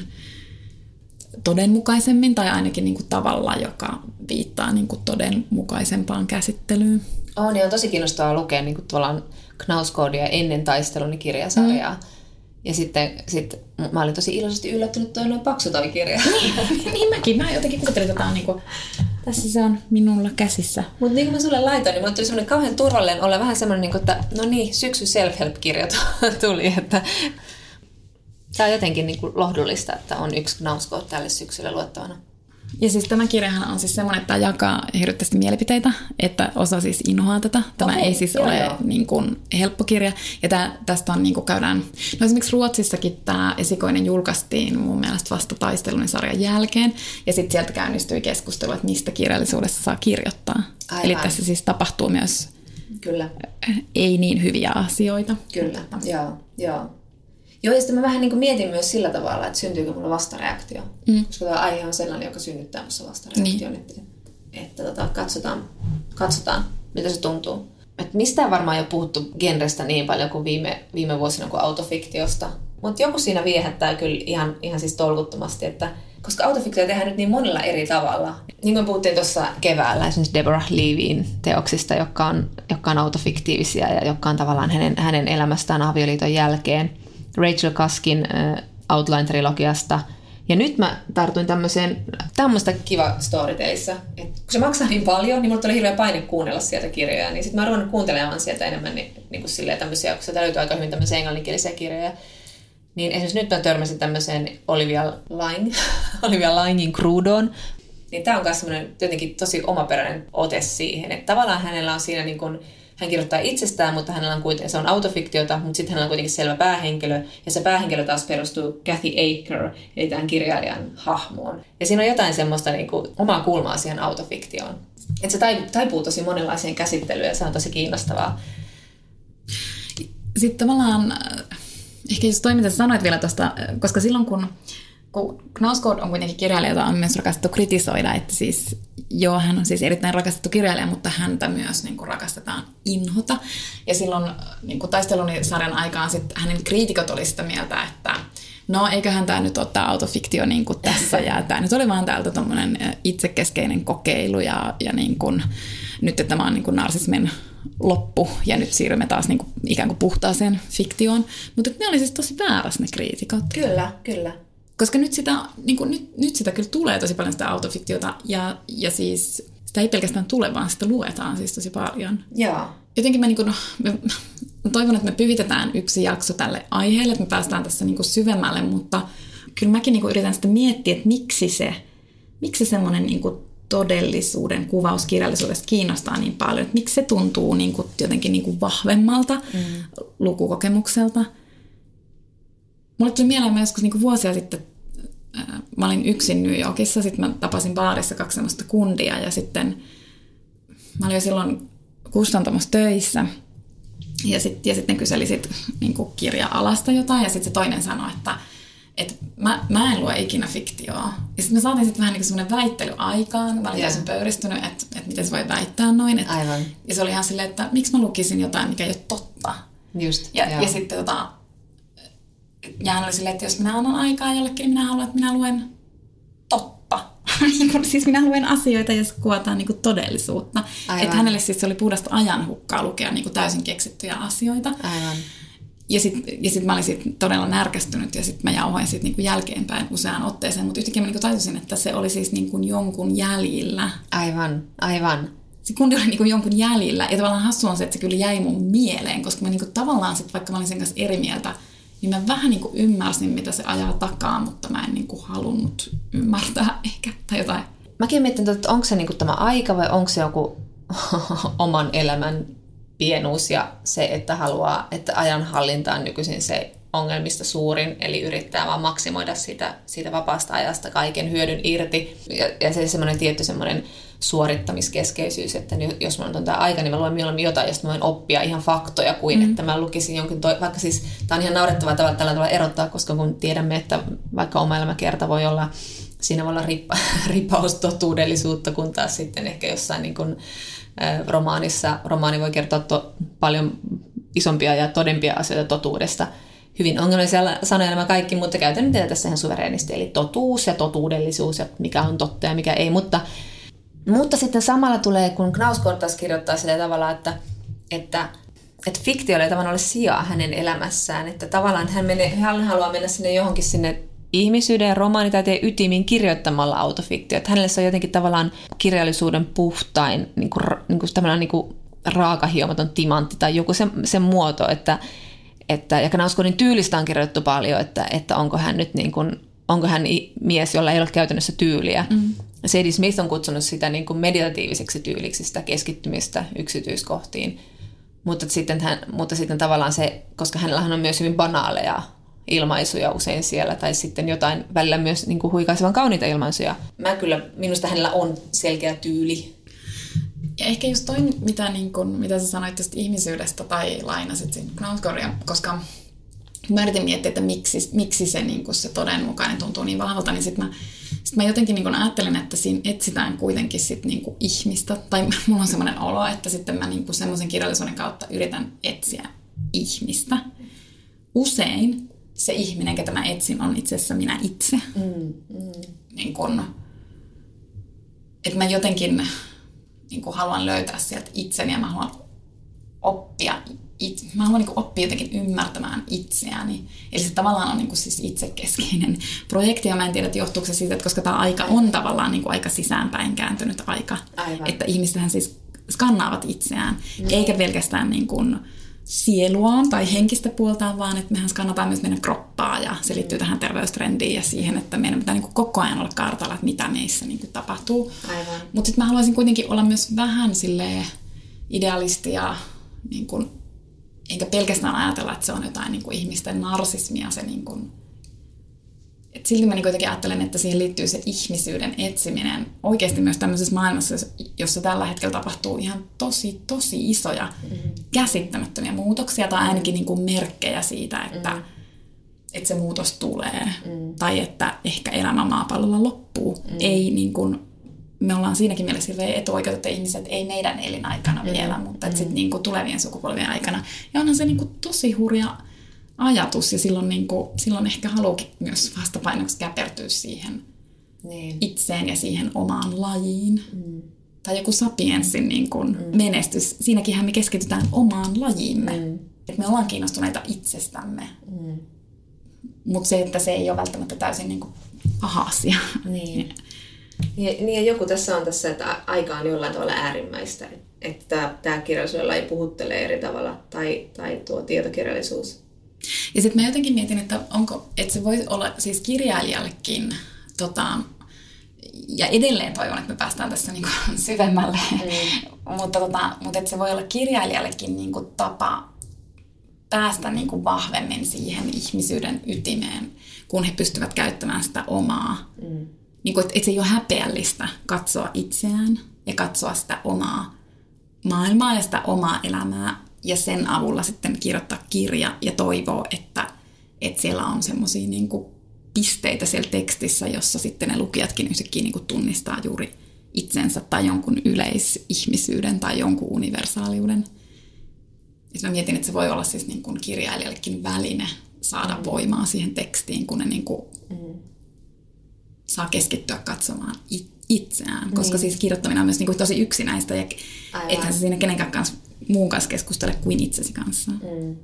Speaker 3: todenmukaisemmin tai ainakin niin kuin tavalla, joka viittaa niin kuin todenmukaisempaan käsittelyyn.
Speaker 2: On, niin on tosi kiinnostavaa lukea niin kuin tavallaan Knausgårdia ennen taisteluni kirjasarjaa. Mm. Ja sitten sit, mä olin tosi iloisesti yllättynyt, että toi noin paksu toi kirja.
Speaker 3: Niin, niin mäkin. Mä jotenkin kuvittelin, että niin kuin, tässä se on minulla käsissä.
Speaker 2: Mutta niin kuin mä sulle laitoin, niin mulle tuli semmoinen kauhean turvallinen olla vähän semmoinen, niin kuin, että no niin, syksy self-help-kirja tuli. Että tämä on jotenkin niin kuin lohdullista, että on yksi Knausgård tälle syksylle luettavana.
Speaker 3: Ja siis tämä kirjahan on siis semmoinen, että tämä jakaa hirveästi mielipiteitä, että osa siis inhoaa tätä. Tämä okay, ei siis joo, ole joo. Niin kuin helppo kirja. Ja tämä, tästä on niin kuin käydään, no esimerkiksi Ruotsissakin tämä esikoinen julkaistiin mun mielestä vasta Taistelunisarjan jälkeen. Ja sitten sieltä käynnistyi keskustelu, että mistä kirjallisuudessa saa kirjoittaa. Aivan. Eli tässä siis tapahtuu myös
Speaker 2: Kyllä.
Speaker 3: ei niin hyviä asioita.
Speaker 2: Kyllä, joo, joo. Joo, ja sitten mä vähän niin kuin mietin myös sillä tavalla, että syntyykö mulla vastareaktio. Mm. Koska tämä aihe on sellainen, joka synnyttää musta vastareaktion. Niin. Että, että tota, katsotaan, katsotaan, mitä se tuntuu. Et mistään varmaan ei ole puhuttu genrestä niin paljon kuin viime, viime vuosina kuin autofiktiosta. Mutta joku siinä viehättää kyllä ihan, ihan siis tolkuttomasti, että koska autofiktio tehdään nyt niin monella eri tavalla. Niin kuin puhuttiin tuossa keväällä esimerkiksi Deborah Levyin teoksista, jotka on, jotka on autofiktiivisia ja jotka on tavallaan hänen, hänen elämästään avioliiton jälkeen. Rachel Cuskin uh, Outline-trilogiasta, Ja nyt mä tartuin tämmöiseen, tämmöistä kiva storyteissä, että kun se maksaa niin paljon, niin mulla tuli hirveä paine kuunnella sieltä kirjoja, niin sitten mä oon ruvennut kuuntelemaan sieltä enemmän niin, niin kuin silleen tämmöisiä, kun sieltä löytyy aika hyvin tämmöisiä englanninkielisiä kirjoja. Niin esimerkiksi nyt mä törmäsin tämmöiseen Olivia Laing, Olivia Laingin Crudoon. Niin tää on myös semmoinen jotenkin tosi omaperäinen ote siihen, että tavallaan hänellä on siinä niin kuin, hän kirjoittaa itsestään, mutta hänellä on kuitenkin, se on autofiktiota, mutta sitten hänellä on kuitenkin selvä päähenkilö, ja se päähenkilö taas perustuu Kathy Aker, eli tämän kirjailijan hahmoon. Ja siinä on jotain semmoista niin kuin, omaa kulmaa siihen autofiktioon. Että se taipuu tosi monenlaiseen käsittelyyn, ja se on tosi kiinnostavaa.
Speaker 3: Sitten tavallaan, ehkä just toi, mitä sä sanoit vielä tuosta, koska silloin kun kun Knausgård on kuitenkin kirjailija, jota on myös rakastettu kritisoida, että siis, joo, hän on siis erittäin rakastettu kirjailija, mutta häntä myös niin kuin rakastetaan inhota. Ja silloin niin kuin taistelun-sarjan aikaan sit hänen kriitikot oli sitä mieltä, että no eiköhän tämä nyt ole tämä autofiktio niin kuin tässä, ja tämä nyt oli vaan täältä tommoinen itsekeskeinen kokeilu, ja, ja niin kuin, nyt että tämä on niin kuin narsismin loppu, ja nyt siirrymme taas niin kuin ikään kuin puhtaaseen fiktioon. Mutta ne oli siis tosi väärässä ne kriitikot.
Speaker 2: Kyllä, kyllä.
Speaker 3: Koska nyt sitä, niin kuin, nyt, nyt sitä kyllä tulee tosi paljon sitä autofiktiota, ja, ja siis sitä ei pelkästään tule, vaan sitä luetaan siis tosi paljon.
Speaker 2: Joo.
Speaker 3: Jotenkin mä, niin kuin, mä, mä toivon, että me pyvitetään yksi jakso tälle aiheelle, että me päästään tässä niin kuin syvemmälle, mutta kyllä mäkin niin kuin yritän sitä miettiä, että miksi se, miksi semmoinen niin kuin todellisuuden kuvaus kirjallisuudesta kiinnostaa niin paljon, että miksi se tuntuu niin kuin jotenkin niin kuin vahvemmalta mm. lukukokemukselta. Mulle tuli mieleen myös, kun niinku vuosia sitten ää, mä olin yksin New Yorkissa, sitten mä tapasin baarissa kaksi semmoista kundia, ja sitten mä olin jo silloin kustantamossa töissä, ja, sit, ja sitten kyseli sit, niinku kirja-alasta jotain, ja sitten se toinen sanoi, että et mä, mä en lue ikinä fiktioa. Ja sitten me saatiin sitten vähän niinku semmoinen väittely aikaan, mä olin täysin pöyristynyt, että et miten se voi väittää noin. Et,
Speaker 2: Aivan.
Speaker 3: Ja se oli ihan silleen, että miksi mä lukisin jotain, mikä ei ole totta.
Speaker 2: Just,
Speaker 3: ja, ja sitten tota... Ja hän oli silleen, että jos minä annan aikaa jollekin, niin minä haluan, että minä luen totta. Siis minä luen asioita, jos kuvataan niin kuin todellisuutta. Että hänelle siis se oli puhdasta ajanhukkaa lukea niin kuin täysin keksittyjä asioita.
Speaker 2: Aivan.
Speaker 3: Ja sitten ja sit mä olin siitä todella närkästynyt, ja sitten mä jauhoin siitä niin kuin jälkeenpäin useaan otteeseen. Mutta yhtäkkiä mä niin kuin tajusin, että se oli siis niin kuin jonkun jäljillä.
Speaker 2: Aivan, aivan.
Speaker 3: Se kundi oli niin kuin jonkun jäljillä. Ja tavallaan hassu on se, että se kyllä jäi mun mieleen, koska mä niin kuin tavallaan sitten, vaikka mä olin sen kanssa eri mieltä, niin mä vähän niin kuin ymmärsin, mitä se ajaa takaa, mutta mä en niin kuin halunnut ymmärtää ehkä tai jotain.
Speaker 2: Mäkin mietin, että onko se niin kuin tämä aika vai onko se joku oman elämän pienuus ja se, että haluaa, että ajanhallinta on nykyisin se ongelmista suurin, eli yrittää vaan maksimoida sitä, siitä vapaasta ajasta kaiken hyödyn irti. Ja, ja se semmoinen tietty semmoinen suorittamiskeskeisyys, että jos minulla on tämä aika, niin mä luen mieluummin jotain, josta mä voin oppia ihan faktoja, kuin mm. että mä lukisin jonkin, toi, vaikka siis tämä on ihan naurettavaa tavalla, tällä tavalla erottaa, koska kun tiedämme, että vaikka oma elämäkerta voi olla, siinä voi olla rippa, ripaus totuudellisuutta, kun taas sitten ehkä jossain niin kuin, äh, romaanissa, romaani voi kertoa to, paljon isompia ja todempia asioita totuudesta. Hyvin ongelmallisia sanoja nämä kaikki, mutta käytän niitä tässä ihan suvereenisti, eli totuus ja totuudellisuus ja mikä on totta ja mikä ei, mutta Mutta sitten samalla tulee, kun Knausgård taas kirjoittaa sillä tavalla, että, että, että fiktiolla ei tavallaan ole sijaa hänen elämässään. Että tavallaan hän, menee, hän haluaa mennä sinne johonkin sinne ihmisyyden ja romaanitaiteen ytimiin kirjoittamalla autofiktio. Että hänelle se on jotenkin tavallaan kirjallisuuden puhtain, niin kuin, niin kuin tämmöinen niin kuin raakahiomaton timantti tai joku sen, sen muoto. Että, että, ja Knausgårdin tyylistä on kirjoitettu paljon, että, että onko hän nyt niin kuin, onko hän mies, jolla ei ole käytännössä tyyliä. Mm. Sadie Smith on kutsunut sitä niin kuin meditatiiviseksi tyyliksi, sitä keskittymistä yksityiskohtiin. Mutta sitten, hän, mutta sitten tavallaan se, koska hänellähän on myös hyvin banaaleja ilmaisuja usein siellä, tai sitten jotain välillä myös niin kuin huikaisevan kauniita ilmaisuja. Mä kyllä, minusta hänellä on selkeä tyyli.
Speaker 3: Ja ehkä just toi, mitä, niin kun, mitä sä sanoit tästä ihmisyydestä tai lainasit siinä Knausgårdia, koska mä yritin miettiä, että miksi, miksi se, niin se todenmukainen tuntuu niin vahvalta, niin sitten mä, sit mä jotenkin niin ajattelin, että siinä etsitään kuitenkin sit niin ihmistä, tai mulla on semmoinen olo, että sitten mä niin semmoisen kirjallisuuden kautta yritän etsiä ihmistä. Usein se ihminen, ketä mä etsin, on itse asiassa minä itse. Mm, mm. Niin kun, että mä jotenkin niin kun haluan löytää sieltä itseni ja mä haluan oppia it, mä haluan niin kuin oppia jotenkin ymmärtämään itseäni. Eli se tavallaan on niin kuin siis itsekeskeinen projekti, ja mä en tiedä, että johtuuko se siitä, että koska tämä aika on tavallaan niin kuin aika sisäänpäin kääntynyt aika. Aivan. Että ihmisethän siis skannaavat itseään, mm. eikä pelkästään niin kuin sieluaan tai henkistä puoltaan, vaan että mehän skannataan myös meidän kroppaa, ja se liittyy mm. tähän terveystrendiin ja siihen, että meidän pitää niin kuin koko ajan olla kartalla, että mitä meissä niin kuin tapahtuu. Mutta sitten mä haluaisin kuitenkin olla myös vähän silleen idealisti ja niin kuin, enkä pelkästään ajatella, että se on jotain niin kuin ihmisten narsismia. Se niin kuin, et silti mä niin jotenkin ajattelen, että siihen liittyy se ihmisyyden etsiminen oikeasti myös tämmöisessä maailmassa, jossa tällä hetkellä tapahtuu ihan tosi, tosi isoja mm-hmm. käsittämättömiä muutoksia tai ainakin niin kuin merkkejä siitä, että, mm-hmm. että se muutos tulee mm-hmm. tai että ehkä elämä maapallolla loppuu. Mm-hmm. Ei niin kuin, me ollaan siinäkin mielessä hirveän etuoikeutettu ihmiset, ei meidän elinaikana mm-hmm. vielä, mutta mm-hmm. sitten niin kuin tulevien sukupolvien aikana. Ja onhan se niin kuin tosi hurja ajatus, ja silloin, niin kuin, silloin ehkä haluukin myös vastapainoksi käpertyä siihen niin. itseen ja siihen omaan lajiin. Mm. Tai joku sapiensin niin kuin mm. menestys. Siinäkinhän me keskitytään omaan lajiimme. Mm. Että me ollaan kiinnostuneita itsestämme. Mm. Mutta se, että se ei ole välttämättä täysin niin kuin paha asia.
Speaker 2: Niin. Ja, niin ja joku tässä on tässä, että aika on jollain tavalla äärimmäistä. Että tämä kirjallisuudella ei puhuttele eri tavalla. Tai, tai tuo tietokirjallisuus.
Speaker 3: Ja sitten mä jotenkin mietin, että, onko, että se voi olla siis kirjailijallekin, tota, ja edelleen toivon, että me päästään tässä niinku syvemmälle, mm. mutta, tota, mutta että se voi olla kirjailijallekin niinku tapa päästä niinku vahvemmin siihen ihmisyyden ytimeen, kun he pystyvät käyttämään sitä omaa. Mm. Niinku, että, että se ei ole häpeällistä katsoa itseään ja katsoa sitä omaa maailmaa ja sitä omaa elämää, ja sen avulla sitten kirjoittaa kirja ja toivoo, että, että siellä on semmoisia niin kuin pisteitä siellä tekstissä, jossa sitten ne lukijatkin yhtäkkiä niin kuin tunnistaa juuri itsensä tai jonkun yleisihmisyyden tai jonkun universaaliuden. Ja mä mietin, että se voi olla siis niin kuin kirjailijallekin väline saada mm. voimaa siihen tekstiin, kun ne niin kuin mm. saa keskittyä katsomaan itseään. Koska niin. siis kirjoittaminen on myös niin kuin tosi yksinäistä, ja ethän se siinä kenenkään kanssa muun kanssa keskustele kuin itsesi kanssa. Mm.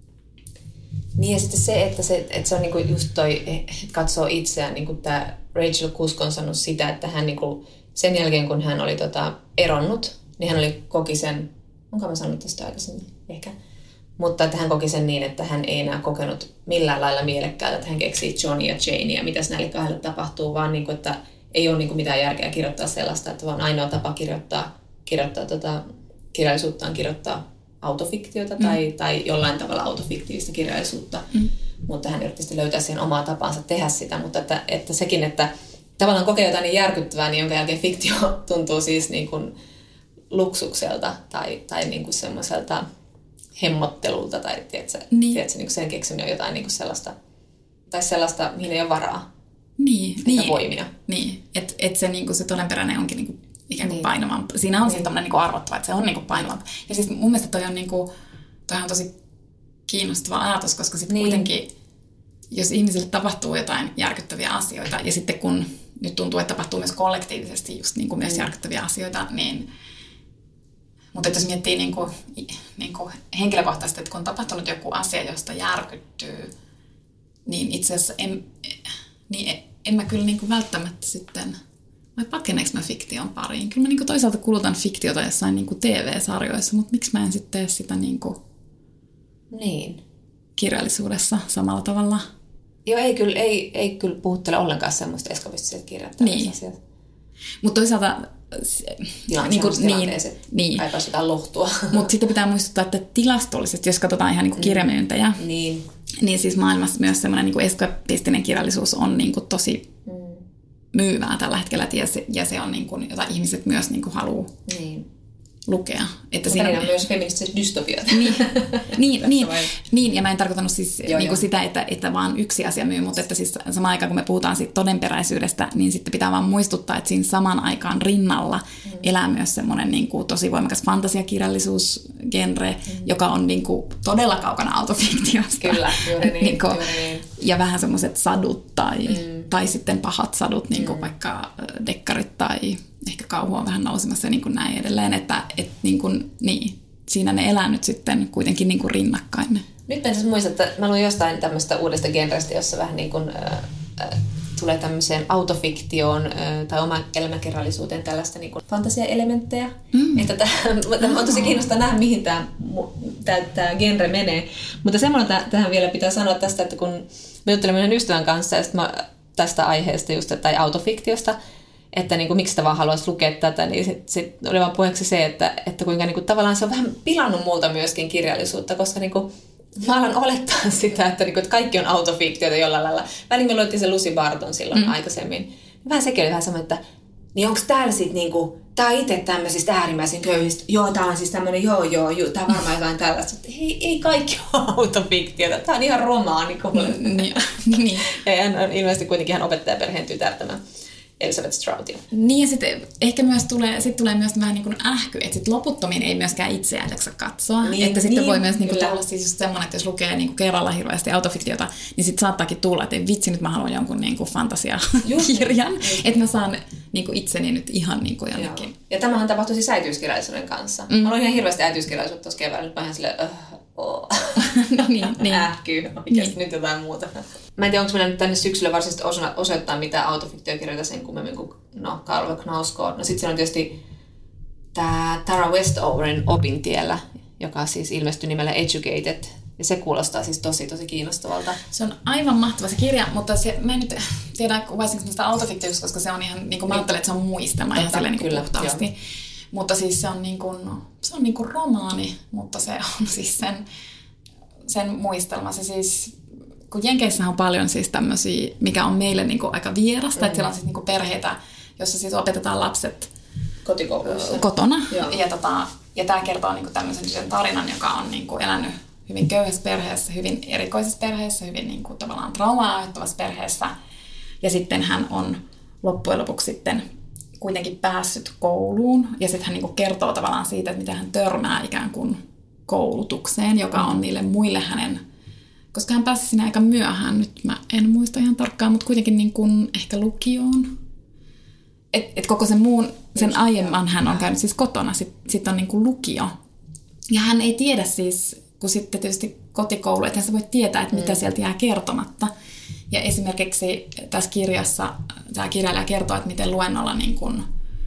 Speaker 2: Niin ja sitten se, että se, että se on niinku just toi, että katsoo itseään, niin kuin tämä Rachel Cusk on sanonut sitä, että hän niinku, sen jälkeen kun hän oli tota, eronnut, niin hän oli, koki sen, onko mä sanonut tästä aikaisemmin ehkä, mutta että hän koki sen niin, että hän ei enää kokenut millään lailla mielekkäältä, että hän keksii Johnny ja Jane ja mitäs näille kahdelle tapahtuu, vaan niinku, että ei ole niinku mitään järkeä kirjoittaa sellaista, että vaan ainoa tapa kirjoittaa, kirjoittaa tota, kirjallisuutta on kirjoittaa autofiktiota tai, mm. tai jollain tavalla autofiktiivista kirjallisuutta, mm. mutta hän yritti löytää siihen omaa tapansa tehdä sitä, mutta että, että sekin, että tavallaan kokee jotain niin järkyttävää, niin jonka jälkeen fiktio tuntuu siis niin kuin luksukselta tai, tai niin kuin semmoiselta hemmottelulta tai tiedätkö, niin. tiedätkö, niin kuin sen keksiminen on jotain niin kuin sellaista, tai sellaista, mihin ei ole varaa.
Speaker 3: Niin, niin.
Speaker 2: voimina.
Speaker 3: Niin, että et se, niin kuin se todenperäinen onkin niin kuin ikään kuin niin. painavampi. Siinä on niin. siis tämmöinen niin kuin arvottava, että se on niin kuin painavampi. Ja siis mun mielestä toi on, niin kuin, toi on tosi kiinnostava ajatus, koska sitten niin. kuitenkin, jos ihmisille tapahtuu jotain järkyttäviä asioita, ja sitten kun nyt tuntuu, että tapahtuu myös kollektiivisesti just niin kuin myös mm. järkyttäviä asioita, niin mutta jos miettii niin kuin, niin kuin henkilökohtaisesti, että kun on tapahtunut joku asia, josta järkyttyy, niin itse asiassa en, niin en mä kyllä niin kuin välttämättä sitten, vai pakeneeko mä fiktion pariin? Kyllä mä niin kuin toisaalta kulutan fiktiota jossain niin kuin T V-sarjoissa, mutta miksi mä en sitten tee sitä niin kuin
Speaker 2: niin.
Speaker 3: kirjallisuudessa samalla tavalla?
Speaker 2: Joo, ei kyllä, ei, ei kyllä puhuttele ollenkaan semmoista eskapistiset kirjoittamista
Speaker 3: niin.
Speaker 2: asiat.
Speaker 3: Mutta toisaalta
Speaker 2: niin kuin, niin, niin. Kaipaisi jotain lohtua.
Speaker 3: Mutta sitten pitää muistuttaa, että tilastollisesti, jos katsotaan ihan niin kuin kirjamyyntejä, mm. niin. niin siis maailmassa myös semmoinen niin kuin eskapistinen kirjallisuus on niin kuin tosi mm. myyvää tällä hetkellä, ja se, ja se on niin kuin, jota ihmiset myös niin kuin haluaa niin. lukea. Että
Speaker 2: siinä on, on myös feministiset dystopiat.
Speaker 3: Niin, niin, niin, niin, ja mä en tarkoittanut siis joo, niin kuin sitä, että, että vaan yksi asia myy, mutta että siis samaan aikaan, kun me puhutaan siitä todenperäisyydestä, niin sitten pitää vaan muistuttaa, että siinä saman aikaan rinnalla mm. elää myös semmoinen niin kuin tosi voimakas fantasiakirjallisuusgenre, mm. joka on niin kuin todella kaukana autofiktiosta.
Speaker 2: Kyllä, juuri niin.
Speaker 3: niin kuin,
Speaker 2: juuri niin.
Speaker 3: Ja vähän semmoiset sadut tai, mm. tai sitten pahat sadut, niin kuin mm. vaikka dekkarit tai ehkä kauhu on vähän nousemassa niin kuin näin edelleen, että et, niin kuin, niin. siinä ne elää nyt sitten kuitenkin niin kuin rinnakkain.
Speaker 2: Nyt mä muistan, että mä luin jostain tämmöistä uudesta genrestä, jossa vähän niin kuin, äh, äh, tulee tämmöiseen autofiktioon äh, tai oman elämäkerrallisuuteen tällaista niin kuin fantasiaelementtejä. Mm. Että tämä on tosi kiinnostaa nähdä, mihin tämä, tämä, tämä genre menee. Mutta semmoinen tähän vielä pitää sanoa tästä, että kun me juttelimme yhden ystävän kanssa ja mä, tästä aiheesta just, tai autofiktiosta, että niin kuin, miksi sitä vaan haluaisi lukea tätä, niin sitten sit oli vaan puheeksi se, että, että kuinka niin kuin, tavallaan se on vähän pilannut multa myöskin kirjallisuutta, koska niin kuin, mä alan olettaa sitä, että, niin kuin, että kaikki on autofiktiota jollain lailla. Välin me luettiin se Lucy Barton silloin mm. aikaisemmin. Vähän sekin oli vähän sama, että niin onko täällä sitten niinku, tää on itse tämmöisistä äärimmäisen köyhistä, joo tää on siis tämmönen, joo joo, joo tää on varmaan jotain tällaista, että ei, ei kaikki ole autofiktiota, tää on ihan romaani kuule.
Speaker 3: Niin, niin.
Speaker 2: Ja hän on ilmeisesti kuitenkin ihan opettajaperheen tytär tämä Elizabeth Strout.
Speaker 3: Niin ja sitten ehkä myös tulee, sit tulee myös vähän niin kuin ähky, että sit loputtomiin ei myöskään itseään jaksa katsoa. Niin, että sitten niin, voi myös niin kuin tulla siis just semmoinen, että jos lukee niin kuin kerralla hirveästi autofiktiota, niin sitten saattaakin tulla, että vitsi nyt mä haluan jonkun niin kuin fantasiakirjan, että mä saan niin kuin itseni nyt ihan niin kuin jonnekin.
Speaker 2: Joo. Ja tämähän tapahtui siis äitiyskirjallisuuden kanssa. Mm. Mä aloin ihan hirveästi äitiyskirjallisuutta tuossa keväällä, nyt mä ihan silleen, öh, oh.
Speaker 3: No niin, niin.
Speaker 2: Ähkyy, oikeasti niin. Nyt jotain muuta. Mä en tiedä, onko meillä nyt tänne syksyllä varsinaisesti osoittaa mitään autofiktiokirjoita sen kummemmin kuin no, Karl Knausgård. No sit siellä on tietysti tää Tara Westoverin Opintiellä, joka siis ilmestyi nimellä Educated. Ja se kuulostaa siis tosi, tosi kiinnostavalta.
Speaker 3: Se on aivan mahtava se kirja, mutta se, mä en nyt tiedä kuvaisinko sitä autofiktiosta, koska se on ihan, niin kuin mä ajattelen, että se on muistelma ihan silleen niin kuin puhtaasti. Joo. Mutta siis se on niin kuin, se on niin kuin romaani, mutta se on siis sen, sen muistelma. Se siis, kun Jenkeissä on paljon siis tämmöisiä, mikä on meille niin kuin aika vierasta, mm. että siellä on siis niin kuin perheitä, jossa siis opetetaan lapset
Speaker 2: kotikoulussa
Speaker 3: kotona. Ja, tota, ja tämä kertoo niin kuin tämmöisen tarinan, joka on niin kuin elänyt hyvin köyhässä perheessä, hyvin erikoisessa perheessä, hyvin niin kuin tavallaan traumaa aiheuttavassa perheessä. Ja sitten hän on loppujen lopuksi sitten kuitenkin päässyt kouluun. Ja sitten hän niin kuin kertoo tavallaan siitä, että miten hän törmää ikään kuin koulutukseen, joka on niille muille hänen, koska hän pääsi sinne aika myöhään, nyt mä en muista ihan tarkkaan, mutta kuitenkin niin kuin ehkä lukioon. Et, et koko sen muun, sen aiemman hän on käynyt siis kotona, sitten sit on niin kuin lukio. Ja hän ei tiedä siis, kun sitten tietysti kotikoulu, että sä voit tietää, että mitä mm. sieltä jää kertomatta. Ja esimerkiksi tässä kirjassa tämä kirjailija kertoo, että miten luennolla niin kun,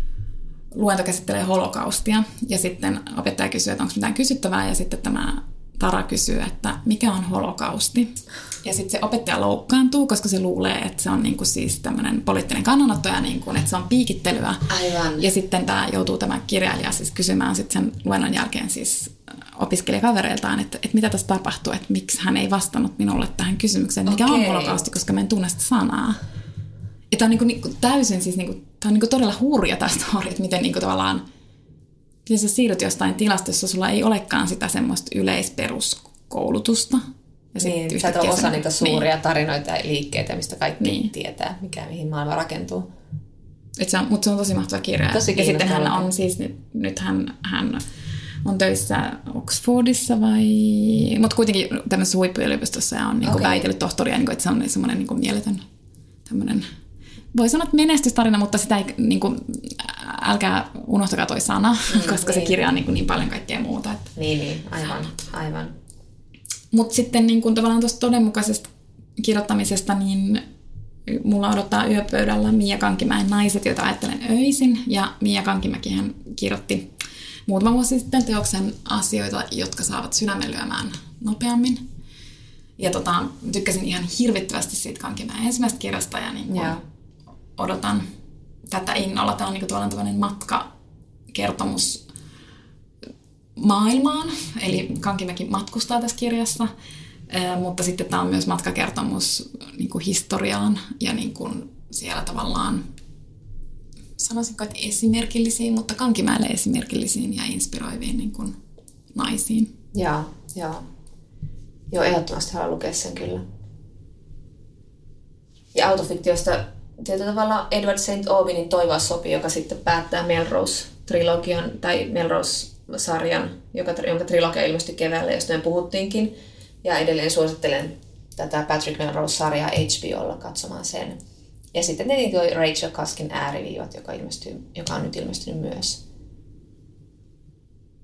Speaker 3: luento käsittelee holokaustia. Ja sitten opettaja kysyy, että onko mitään kysyttävää. Ja sitten tämä Tara kysyy, että mikä on holokausti. Ja sitten se opettaja loukkaantuu, koska se luulee, että se on niin kuin siis tämmöinen poliittinen kannanotto ja niin kuin, että se on piikittelyä.
Speaker 2: Aivan.
Speaker 3: Ja sitten tämä joutuu tämä kirjailija siis kysymään sitten sen luennon jälkeen siis opiskelijakavereiltaan, että, että mitä tässä tapahtuu, että miksi hän ei vastannut minulle tähän kysymykseen, mikä okay. on holokausti, koska mä en tunne sitä sanaa. Ja tämä on niin kuin, niin kuin täysin siis, niin kuin, tämä on niin kuin todella hurja tämä story, että miten niin kuin tavallaan, miten sä siirryt jostain tilasta, jossa sulla ei olekaan sitä semmoista yleisperuskoulutusta. Ja
Speaker 2: niin, sä et ole osa niitä suuria niin. tarinoita ja liikkeitä, mistä kaikki niin. tietää, mikä, mihin maailma rakentuu.
Speaker 3: Se on, mutta se on tosi mahtava kirja.
Speaker 2: Tosi
Speaker 3: ja sitten hän on siis, nyt, nyt hän, hän on töissä Oxfordissa vai, mutta kuitenkin tämmöisessä huippuyliopistossa ja on niin okay. väitellyt tohtoria, niin kuin, että se on semmoinen niin kuin mieletön tämmöinen, voi sanoa, että menestystarina, mutta sitä ei, niin kuin, älkää unohtakaa toi sana, mm, koska niin. se kirja on niin, kuin niin paljon kaikkea muuta. Että
Speaker 2: niin, niin, aivan, aivan.
Speaker 3: Mutta sitten niin kun tavallaan tuosta todenmukaisesta kirjoittamisesta, niin mulla odottaa yöpöydällä Mia Kankimäen Naiset, joita ajattelen öisin. Ja Mia Kankimäkihän kirjoitti muutama vuosi sitten teoksen Asioita, jotka saavat sydämen lyömään nopeammin. Ja tota, tykkäsin ihan hirvittävästi siitä Kankimäen ensimmäisestä kirjasta ja niin kun odotan tätä innolla. Tämä on niin tavallaan tämmöinen matkakertomus maailmaan, eli Kankimäki matkustaa tässä kirjassa, mutta sitten tämä on myös matkakertomus niin kuin historiaan ja niin kuin siellä tavallaan, sanoisinko, että esimerkillisiin, mutta Kankimäelle esimerkillisiin ja inspiroiviin niin kuin naisiin.
Speaker 2: Joo, joo. Joo, ehdottomasti haluan lukea sen kyllä. Ja autofiktiosta tietyllä tavalla Edward Saint Aubynin Toivoa sopii, joka sitten päättää Melrose-trilogian tai Melrose-sarjan, joka, jonka trilogia ilmestyi keväällä, josta me puhuttiinkin. Ja edelleen suosittelen tätä Patrick Melrose-sarjaa H B O:lla katsomaan sen. Ja sitten tietenkin tuo Rachel Cuskin Ääriviivat, joka, ilmestyy, joka on nyt ilmestynyt myös.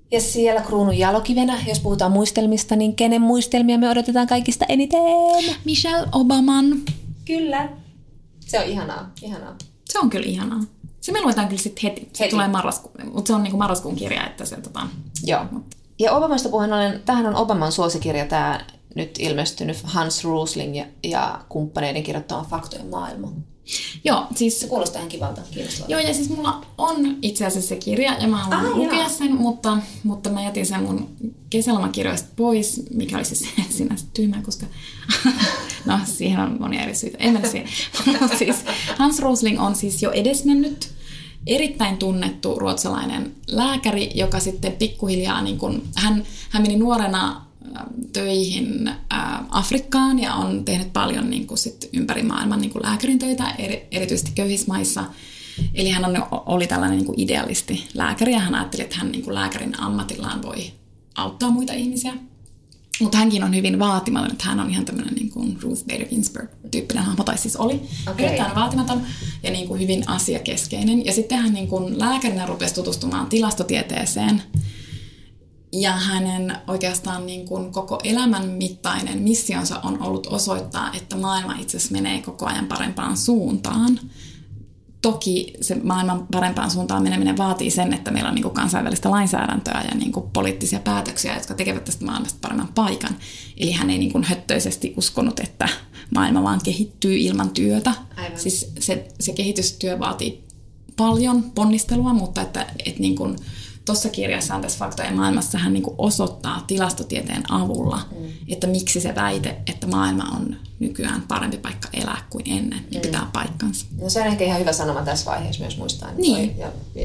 Speaker 2: Ja siellä kruunun jalokivenä, jos puhutaan muistelmista, niin kenen muistelmia me odotetaan kaikista eniten?
Speaker 3: Michelle Obaman.
Speaker 2: Kyllä. Se on ihanaa, ihanaa.
Speaker 3: Se on kyllä ihanaa. Se me luetaan kyllä sitten heti. Se
Speaker 2: heti.
Speaker 3: tulee marraskuun, mutta se on niinku marraskuun kirja, että se tota...
Speaker 2: Joo. Ja Obamasta puheen ollen, tämähän on Obaman suosikirja, tämä nyt ilmestynyt Hans Rosling ja, ja kumppaneiden kirjoittama Faktojen maailma.
Speaker 3: Joo, siis...
Speaker 2: Se kuulostaa ihan kivalta, kiinnostavalta.
Speaker 3: Joo, ja siis mulla on itse asiassa se kirja, ja mä haluan ah, lukea jaa. sen, mutta, mutta mä jätin sen mun kesälomakirjoista pois, mikä oli siis sinänsä tyhmää, koska... no, siihen on monia eri syitä. En mennä siihen. siis, Hans Rosling on siis jo edesmennyt, erittäin tunnettu ruotsalainen lääkäri, joka sitten pikkuhiljaa, niin kun, hän, hän meni nuorena töihin ää, Afrikkaan ja on tehnyt paljon niin kuin sit ympäri maailman niin kuin lääkärin töitä, eri, erityisesti köyhissä maissa. Eli hän on, oli tällainen niin kuin idealisti lääkäri ja hän ajatteli, että hän niin kuin lääkärin ammatillaan voi auttaa muita ihmisiä. Mutta hänkin on hyvin vaatimaton, että hän on ihan tämmöinen niin kuin Ruth Bader Ginsburg-tyyppinen hahmo, tai siis oli. Okay. Erittäin vaatimaton ja niin kuin hyvin asiakeskeinen. Ja sitten hän niin kuin lääkärinä rupesi tutustumaan tilastotieteeseen. Ja hänen oikeastaan niin kuin koko elämän mittainen missionsa on ollut osoittaa, että maailma itse asiassa menee koko ajan parempaan suuntaan. Toki se maailman parempaan suuntaan meneminen vaatii sen, että meillä on niin kuin kansainvälistä lainsäädäntöä ja niin kuin poliittisia päätöksiä, jotka tekevät tästä maailmasta paremman paikan. Eli hän ei niin kuin höttöisesti uskonut, että maailma vaan kehittyy ilman työtä. Aivan. Siis se, se kehitystyö vaatii paljon ponnistelua, mutta että, että niin kuin tuossa kirjassaan tässä Faktojen maailmassa hän niinku osoittaa tilastotieteen avulla, mm. että miksi se väite, että maailma on nykyään parempi paikka elää kuin ennen, niin mm. pitää paikkansa.
Speaker 2: No se on ehkä ihan hyvä sanoma tässä vaiheessa myös muistaa.
Speaker 3: Niin.
Speaker 2: Ja, ja,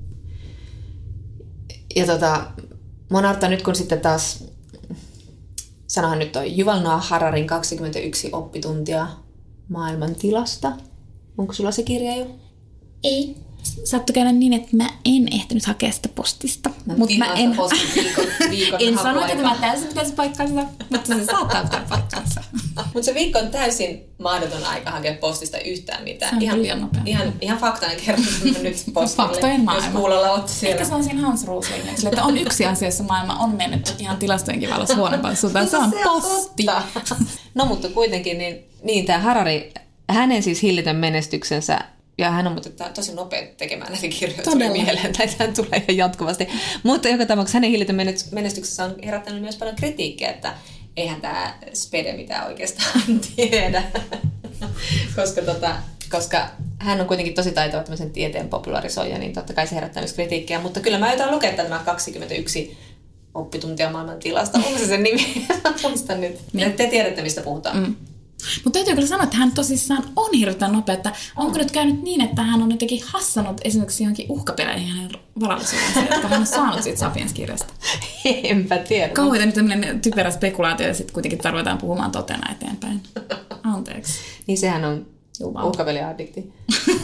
Speaker 2: ja tota, Monarta nyt kun sitten taas, sanohan nyt toi Yuval Noah Hararin kaksikymmentäyksi oppituntia maailman tilasta. Onko sulla se kirja jo?
Speaker 3: Ei. Saattoi käydä niin, että mä en ehtinyt hakea sitä postista.
Speaker 2: Mä Mut mä en viikon, viikon
Speaker 3: en sano, että mä täysin pitäisi paikkansa, mutta se saattaa pitää paikkansa.
Speaker 2: Mutta se viikko on täysin mahdoton aika hakea postista yhtään mitään.
Speaker 3: Se on
Speaker 2: ihan, ihan, ihan faktainen kertomus nyt postille.
Speaker 3: Faktojen maailma.
Speaker 2: Jos kuulolla otti siellä.
Speaker 3: Ehkä se on siinä Hans Roslingilla, että on yksi asia, jossa maailma on mennyt ihan tilastojenkin valossa huonompaan suuntaan. Se on posti.
Speaker 2: No mutta kuitenkin, niin, niin tämä Harari, hänen siis hillitön menestyksensä, ja hän on mutta tosi nopea tekemään näitä kirjoja, tuli mieleen, näitähän tulee ihan jatkuvasti. Mutta joka tapauksessa hänen hillitön menestyksensä on herättänyt myös paljon kritiikkiä, että eihän tämä spede mitään oikeastaan tiedä. koska, tota, koska hän on kuitenkin tosi taitava tämmöisen tieteen popularisoija, niin totta kai se herättää myös kritiikkiä. Mutta kyllä mä jotain lukea tämä kaksikymmentäyksi oppituntia maailman tilasta. Onko se sen nimi? Muistan nyt. Niin. Te tiedätte, mistä puhutaan. Mm.
Speaker 3: Mutta täytyy kyllä sanoa, että hän tosissaan on hirveän nopea, että onko nyt käynyt niin, että hän on jotenkin hassannut esimerkiksi johonkin uhkapeleihin hänen varallisuudensa, jotka hän on saanut siitä Sapiens-kirjasta.
Speaker 2: Enpä tiedä.
Speaker 3: Kauheita nyt tämmöinen typerä spekulaatio ja sitten kuitenkin tarvitaan puhumaan totena eteenpäin. Anteeksi.
Speaker 2: Niin sehän on uhkapeliaddikti.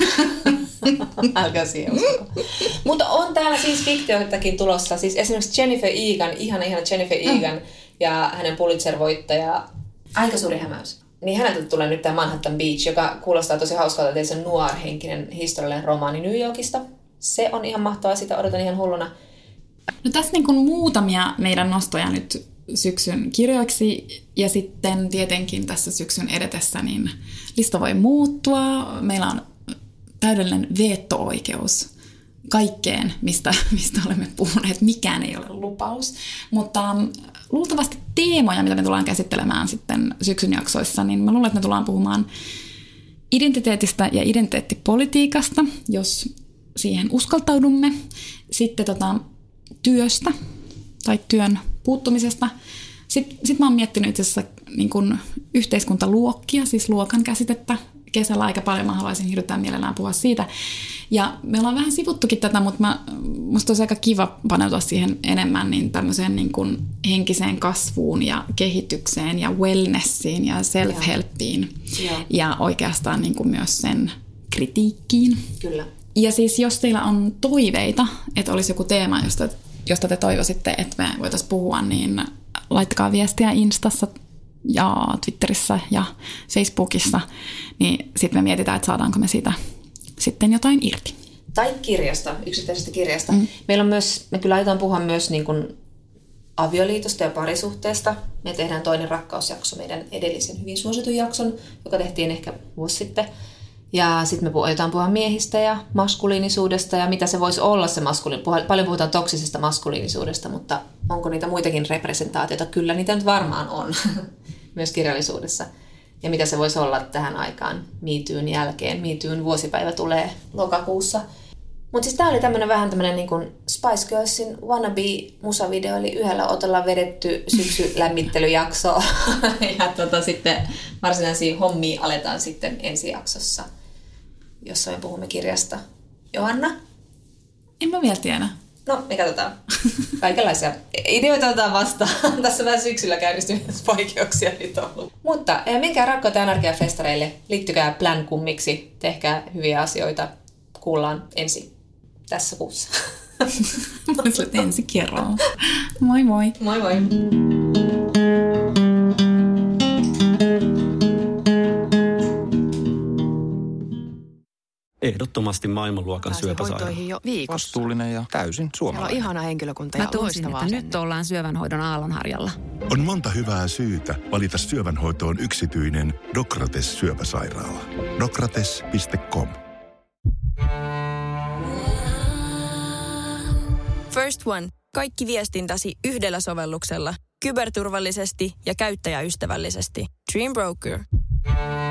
Speaker 2: Älkää siihen uskoko. Mutta on täällä siis fiktioitakin tulossa. Siis esimerkiksi Jennifer Egan, ihana ihana Jennifer Egan mm. ja hänen Pulitzer-voittaja Aika suuri hämäys. Niin häneltä tulee nyt tämä Manhattan Beach, joka kuulostaa tosi hauskalta, että se on noir-henkinen historiallinen romaani New Yorkista. Se on ihan mahtavaa, sitä odotan ihan hulluna.
Speaker 3: No tässä niin kuin muutamia meidän nostoja nyt syksyn kirjoiksi ja sitten tietenkin tässä syksyn edetessä niin lista voi muuttua. Meillä on täydellinen veto-oikeus kaikkeen, mistä, mistä olemme puhuneet. Mikään ei ole lupaus, mutta luultavasti teemoja, mitä me tullaan käsittelemään sitten syksyn jaksoissa, niin mä luulen, että me tullaan puhumaan identiteetistä ja identiteettipolitiikasta, jos siihen uskaltaudumme. Sitten tota, työstä tai työn puuttumisesta. Sitten sit mä oon miettinyt itse asiassa niin kun yhteiskuntaluokkia, siis luokan käsitettä. Kesällä aika paljon mä haluaisin hirveän mielellään puhua siitä. Ja me ollaan vähän sivuttukin tätä, mutta mä, musta olisi aika kiva paneutua siihen enemmän niin tämmöiseen niin kuin henkiseen kasvuun ja kehitykseen ja wellnessiin ja self-helpiin. Ja, ja oikeastaan niin kuin myös sen kritiikkiin.
Speaker 2: Kyllä.
Speaker 3: Ja siis jos teillä on toiveita, että olisi joku teema, josta, josta te toivoisitte, että me voitaisiin puhua, niin laittakaa viestiä Instassa ja Twitterissä ja Facebookissa, niin sitten me mietitään, että saadaanko me siitä sitten jotain irti.
Speaker 2: Tai kirjasta, yksittäisestä kirjasta. Mm. Meillä on myös, me kyllä aiotaan puhua myös niin kuin avioliitosta ja parisuhteesta. Me tehdään toinen rakkausjakso meidän edellisen hyvin suositun jakson, joka tehtiin ehkä vuosi sitten. Ja sitten me aiotaan puhua miehistä ja maskuliinisuudesta ja mitä se voisi olla se maskuliinisuus. Paljon puhutaan toksisesta maskuliinisuudesta, mutta onko niitä muitakin representaatioita? Kyllä niitä nyt varmaan on myös kirjallisuudessa. Ja mitä se voisi olla tähän aikaan Me Toon jälkeen. Me Toon vuosipäivä tulee lokakuussa. Mutta siis tää oli tämmönen vähän tämmönen niin kuin Spice Girlsin wannabe-musavideo, eli yhdellä otolla vedetty syksylämmittelyjakso. ja tota, sitten varsinaisia hommia aletaan sitten ensi jaksossa, jossa me puhumme kirjasta. Johanna?
Speaker 3: En mä vielä tiedä.
Speaker 2: No, me katsotaan. Kaikenlaisia ideoita otetaan vastaan. Tässä vähän syksyllä käynnistyneet vaikeuksia nyt on ollut. Mutta menkää Rakkautta ja Anarkiaa festareille. Liittykää Plan kummiksi. Tehkää hyviä asioita. Kuullaan ensi tässä kuussa.
Speaker 3: Mä sut ensi kerralla. Moi moi.
Speaker 2: Moi moi.
Speaker 4: Ehdottomasti maailmanluokan syöpäsairaala.
Speaker 5: jo viikossa.
Speaker 6: Vastuullinen ja täysin suomalainen.
Speaker 5: Siellä on ihana henkilökunta ja
Speaker 7: Mä tunsin,
Speaker 5: loistavaa
Speaker 7: että nyt ollaan syövänhoidon aallonharjalla.
Speaker 8: On monta hyvää syytä valita syövänhoitoon yksityinen Dokrates syöpäsairaala. dokrates piste com.
Speaker 1: First One. Kaikki viestintäsi yhdellä sovelluksella. Kyberturvallisesti ja käyttäjäystävällisesti. Dream Broker.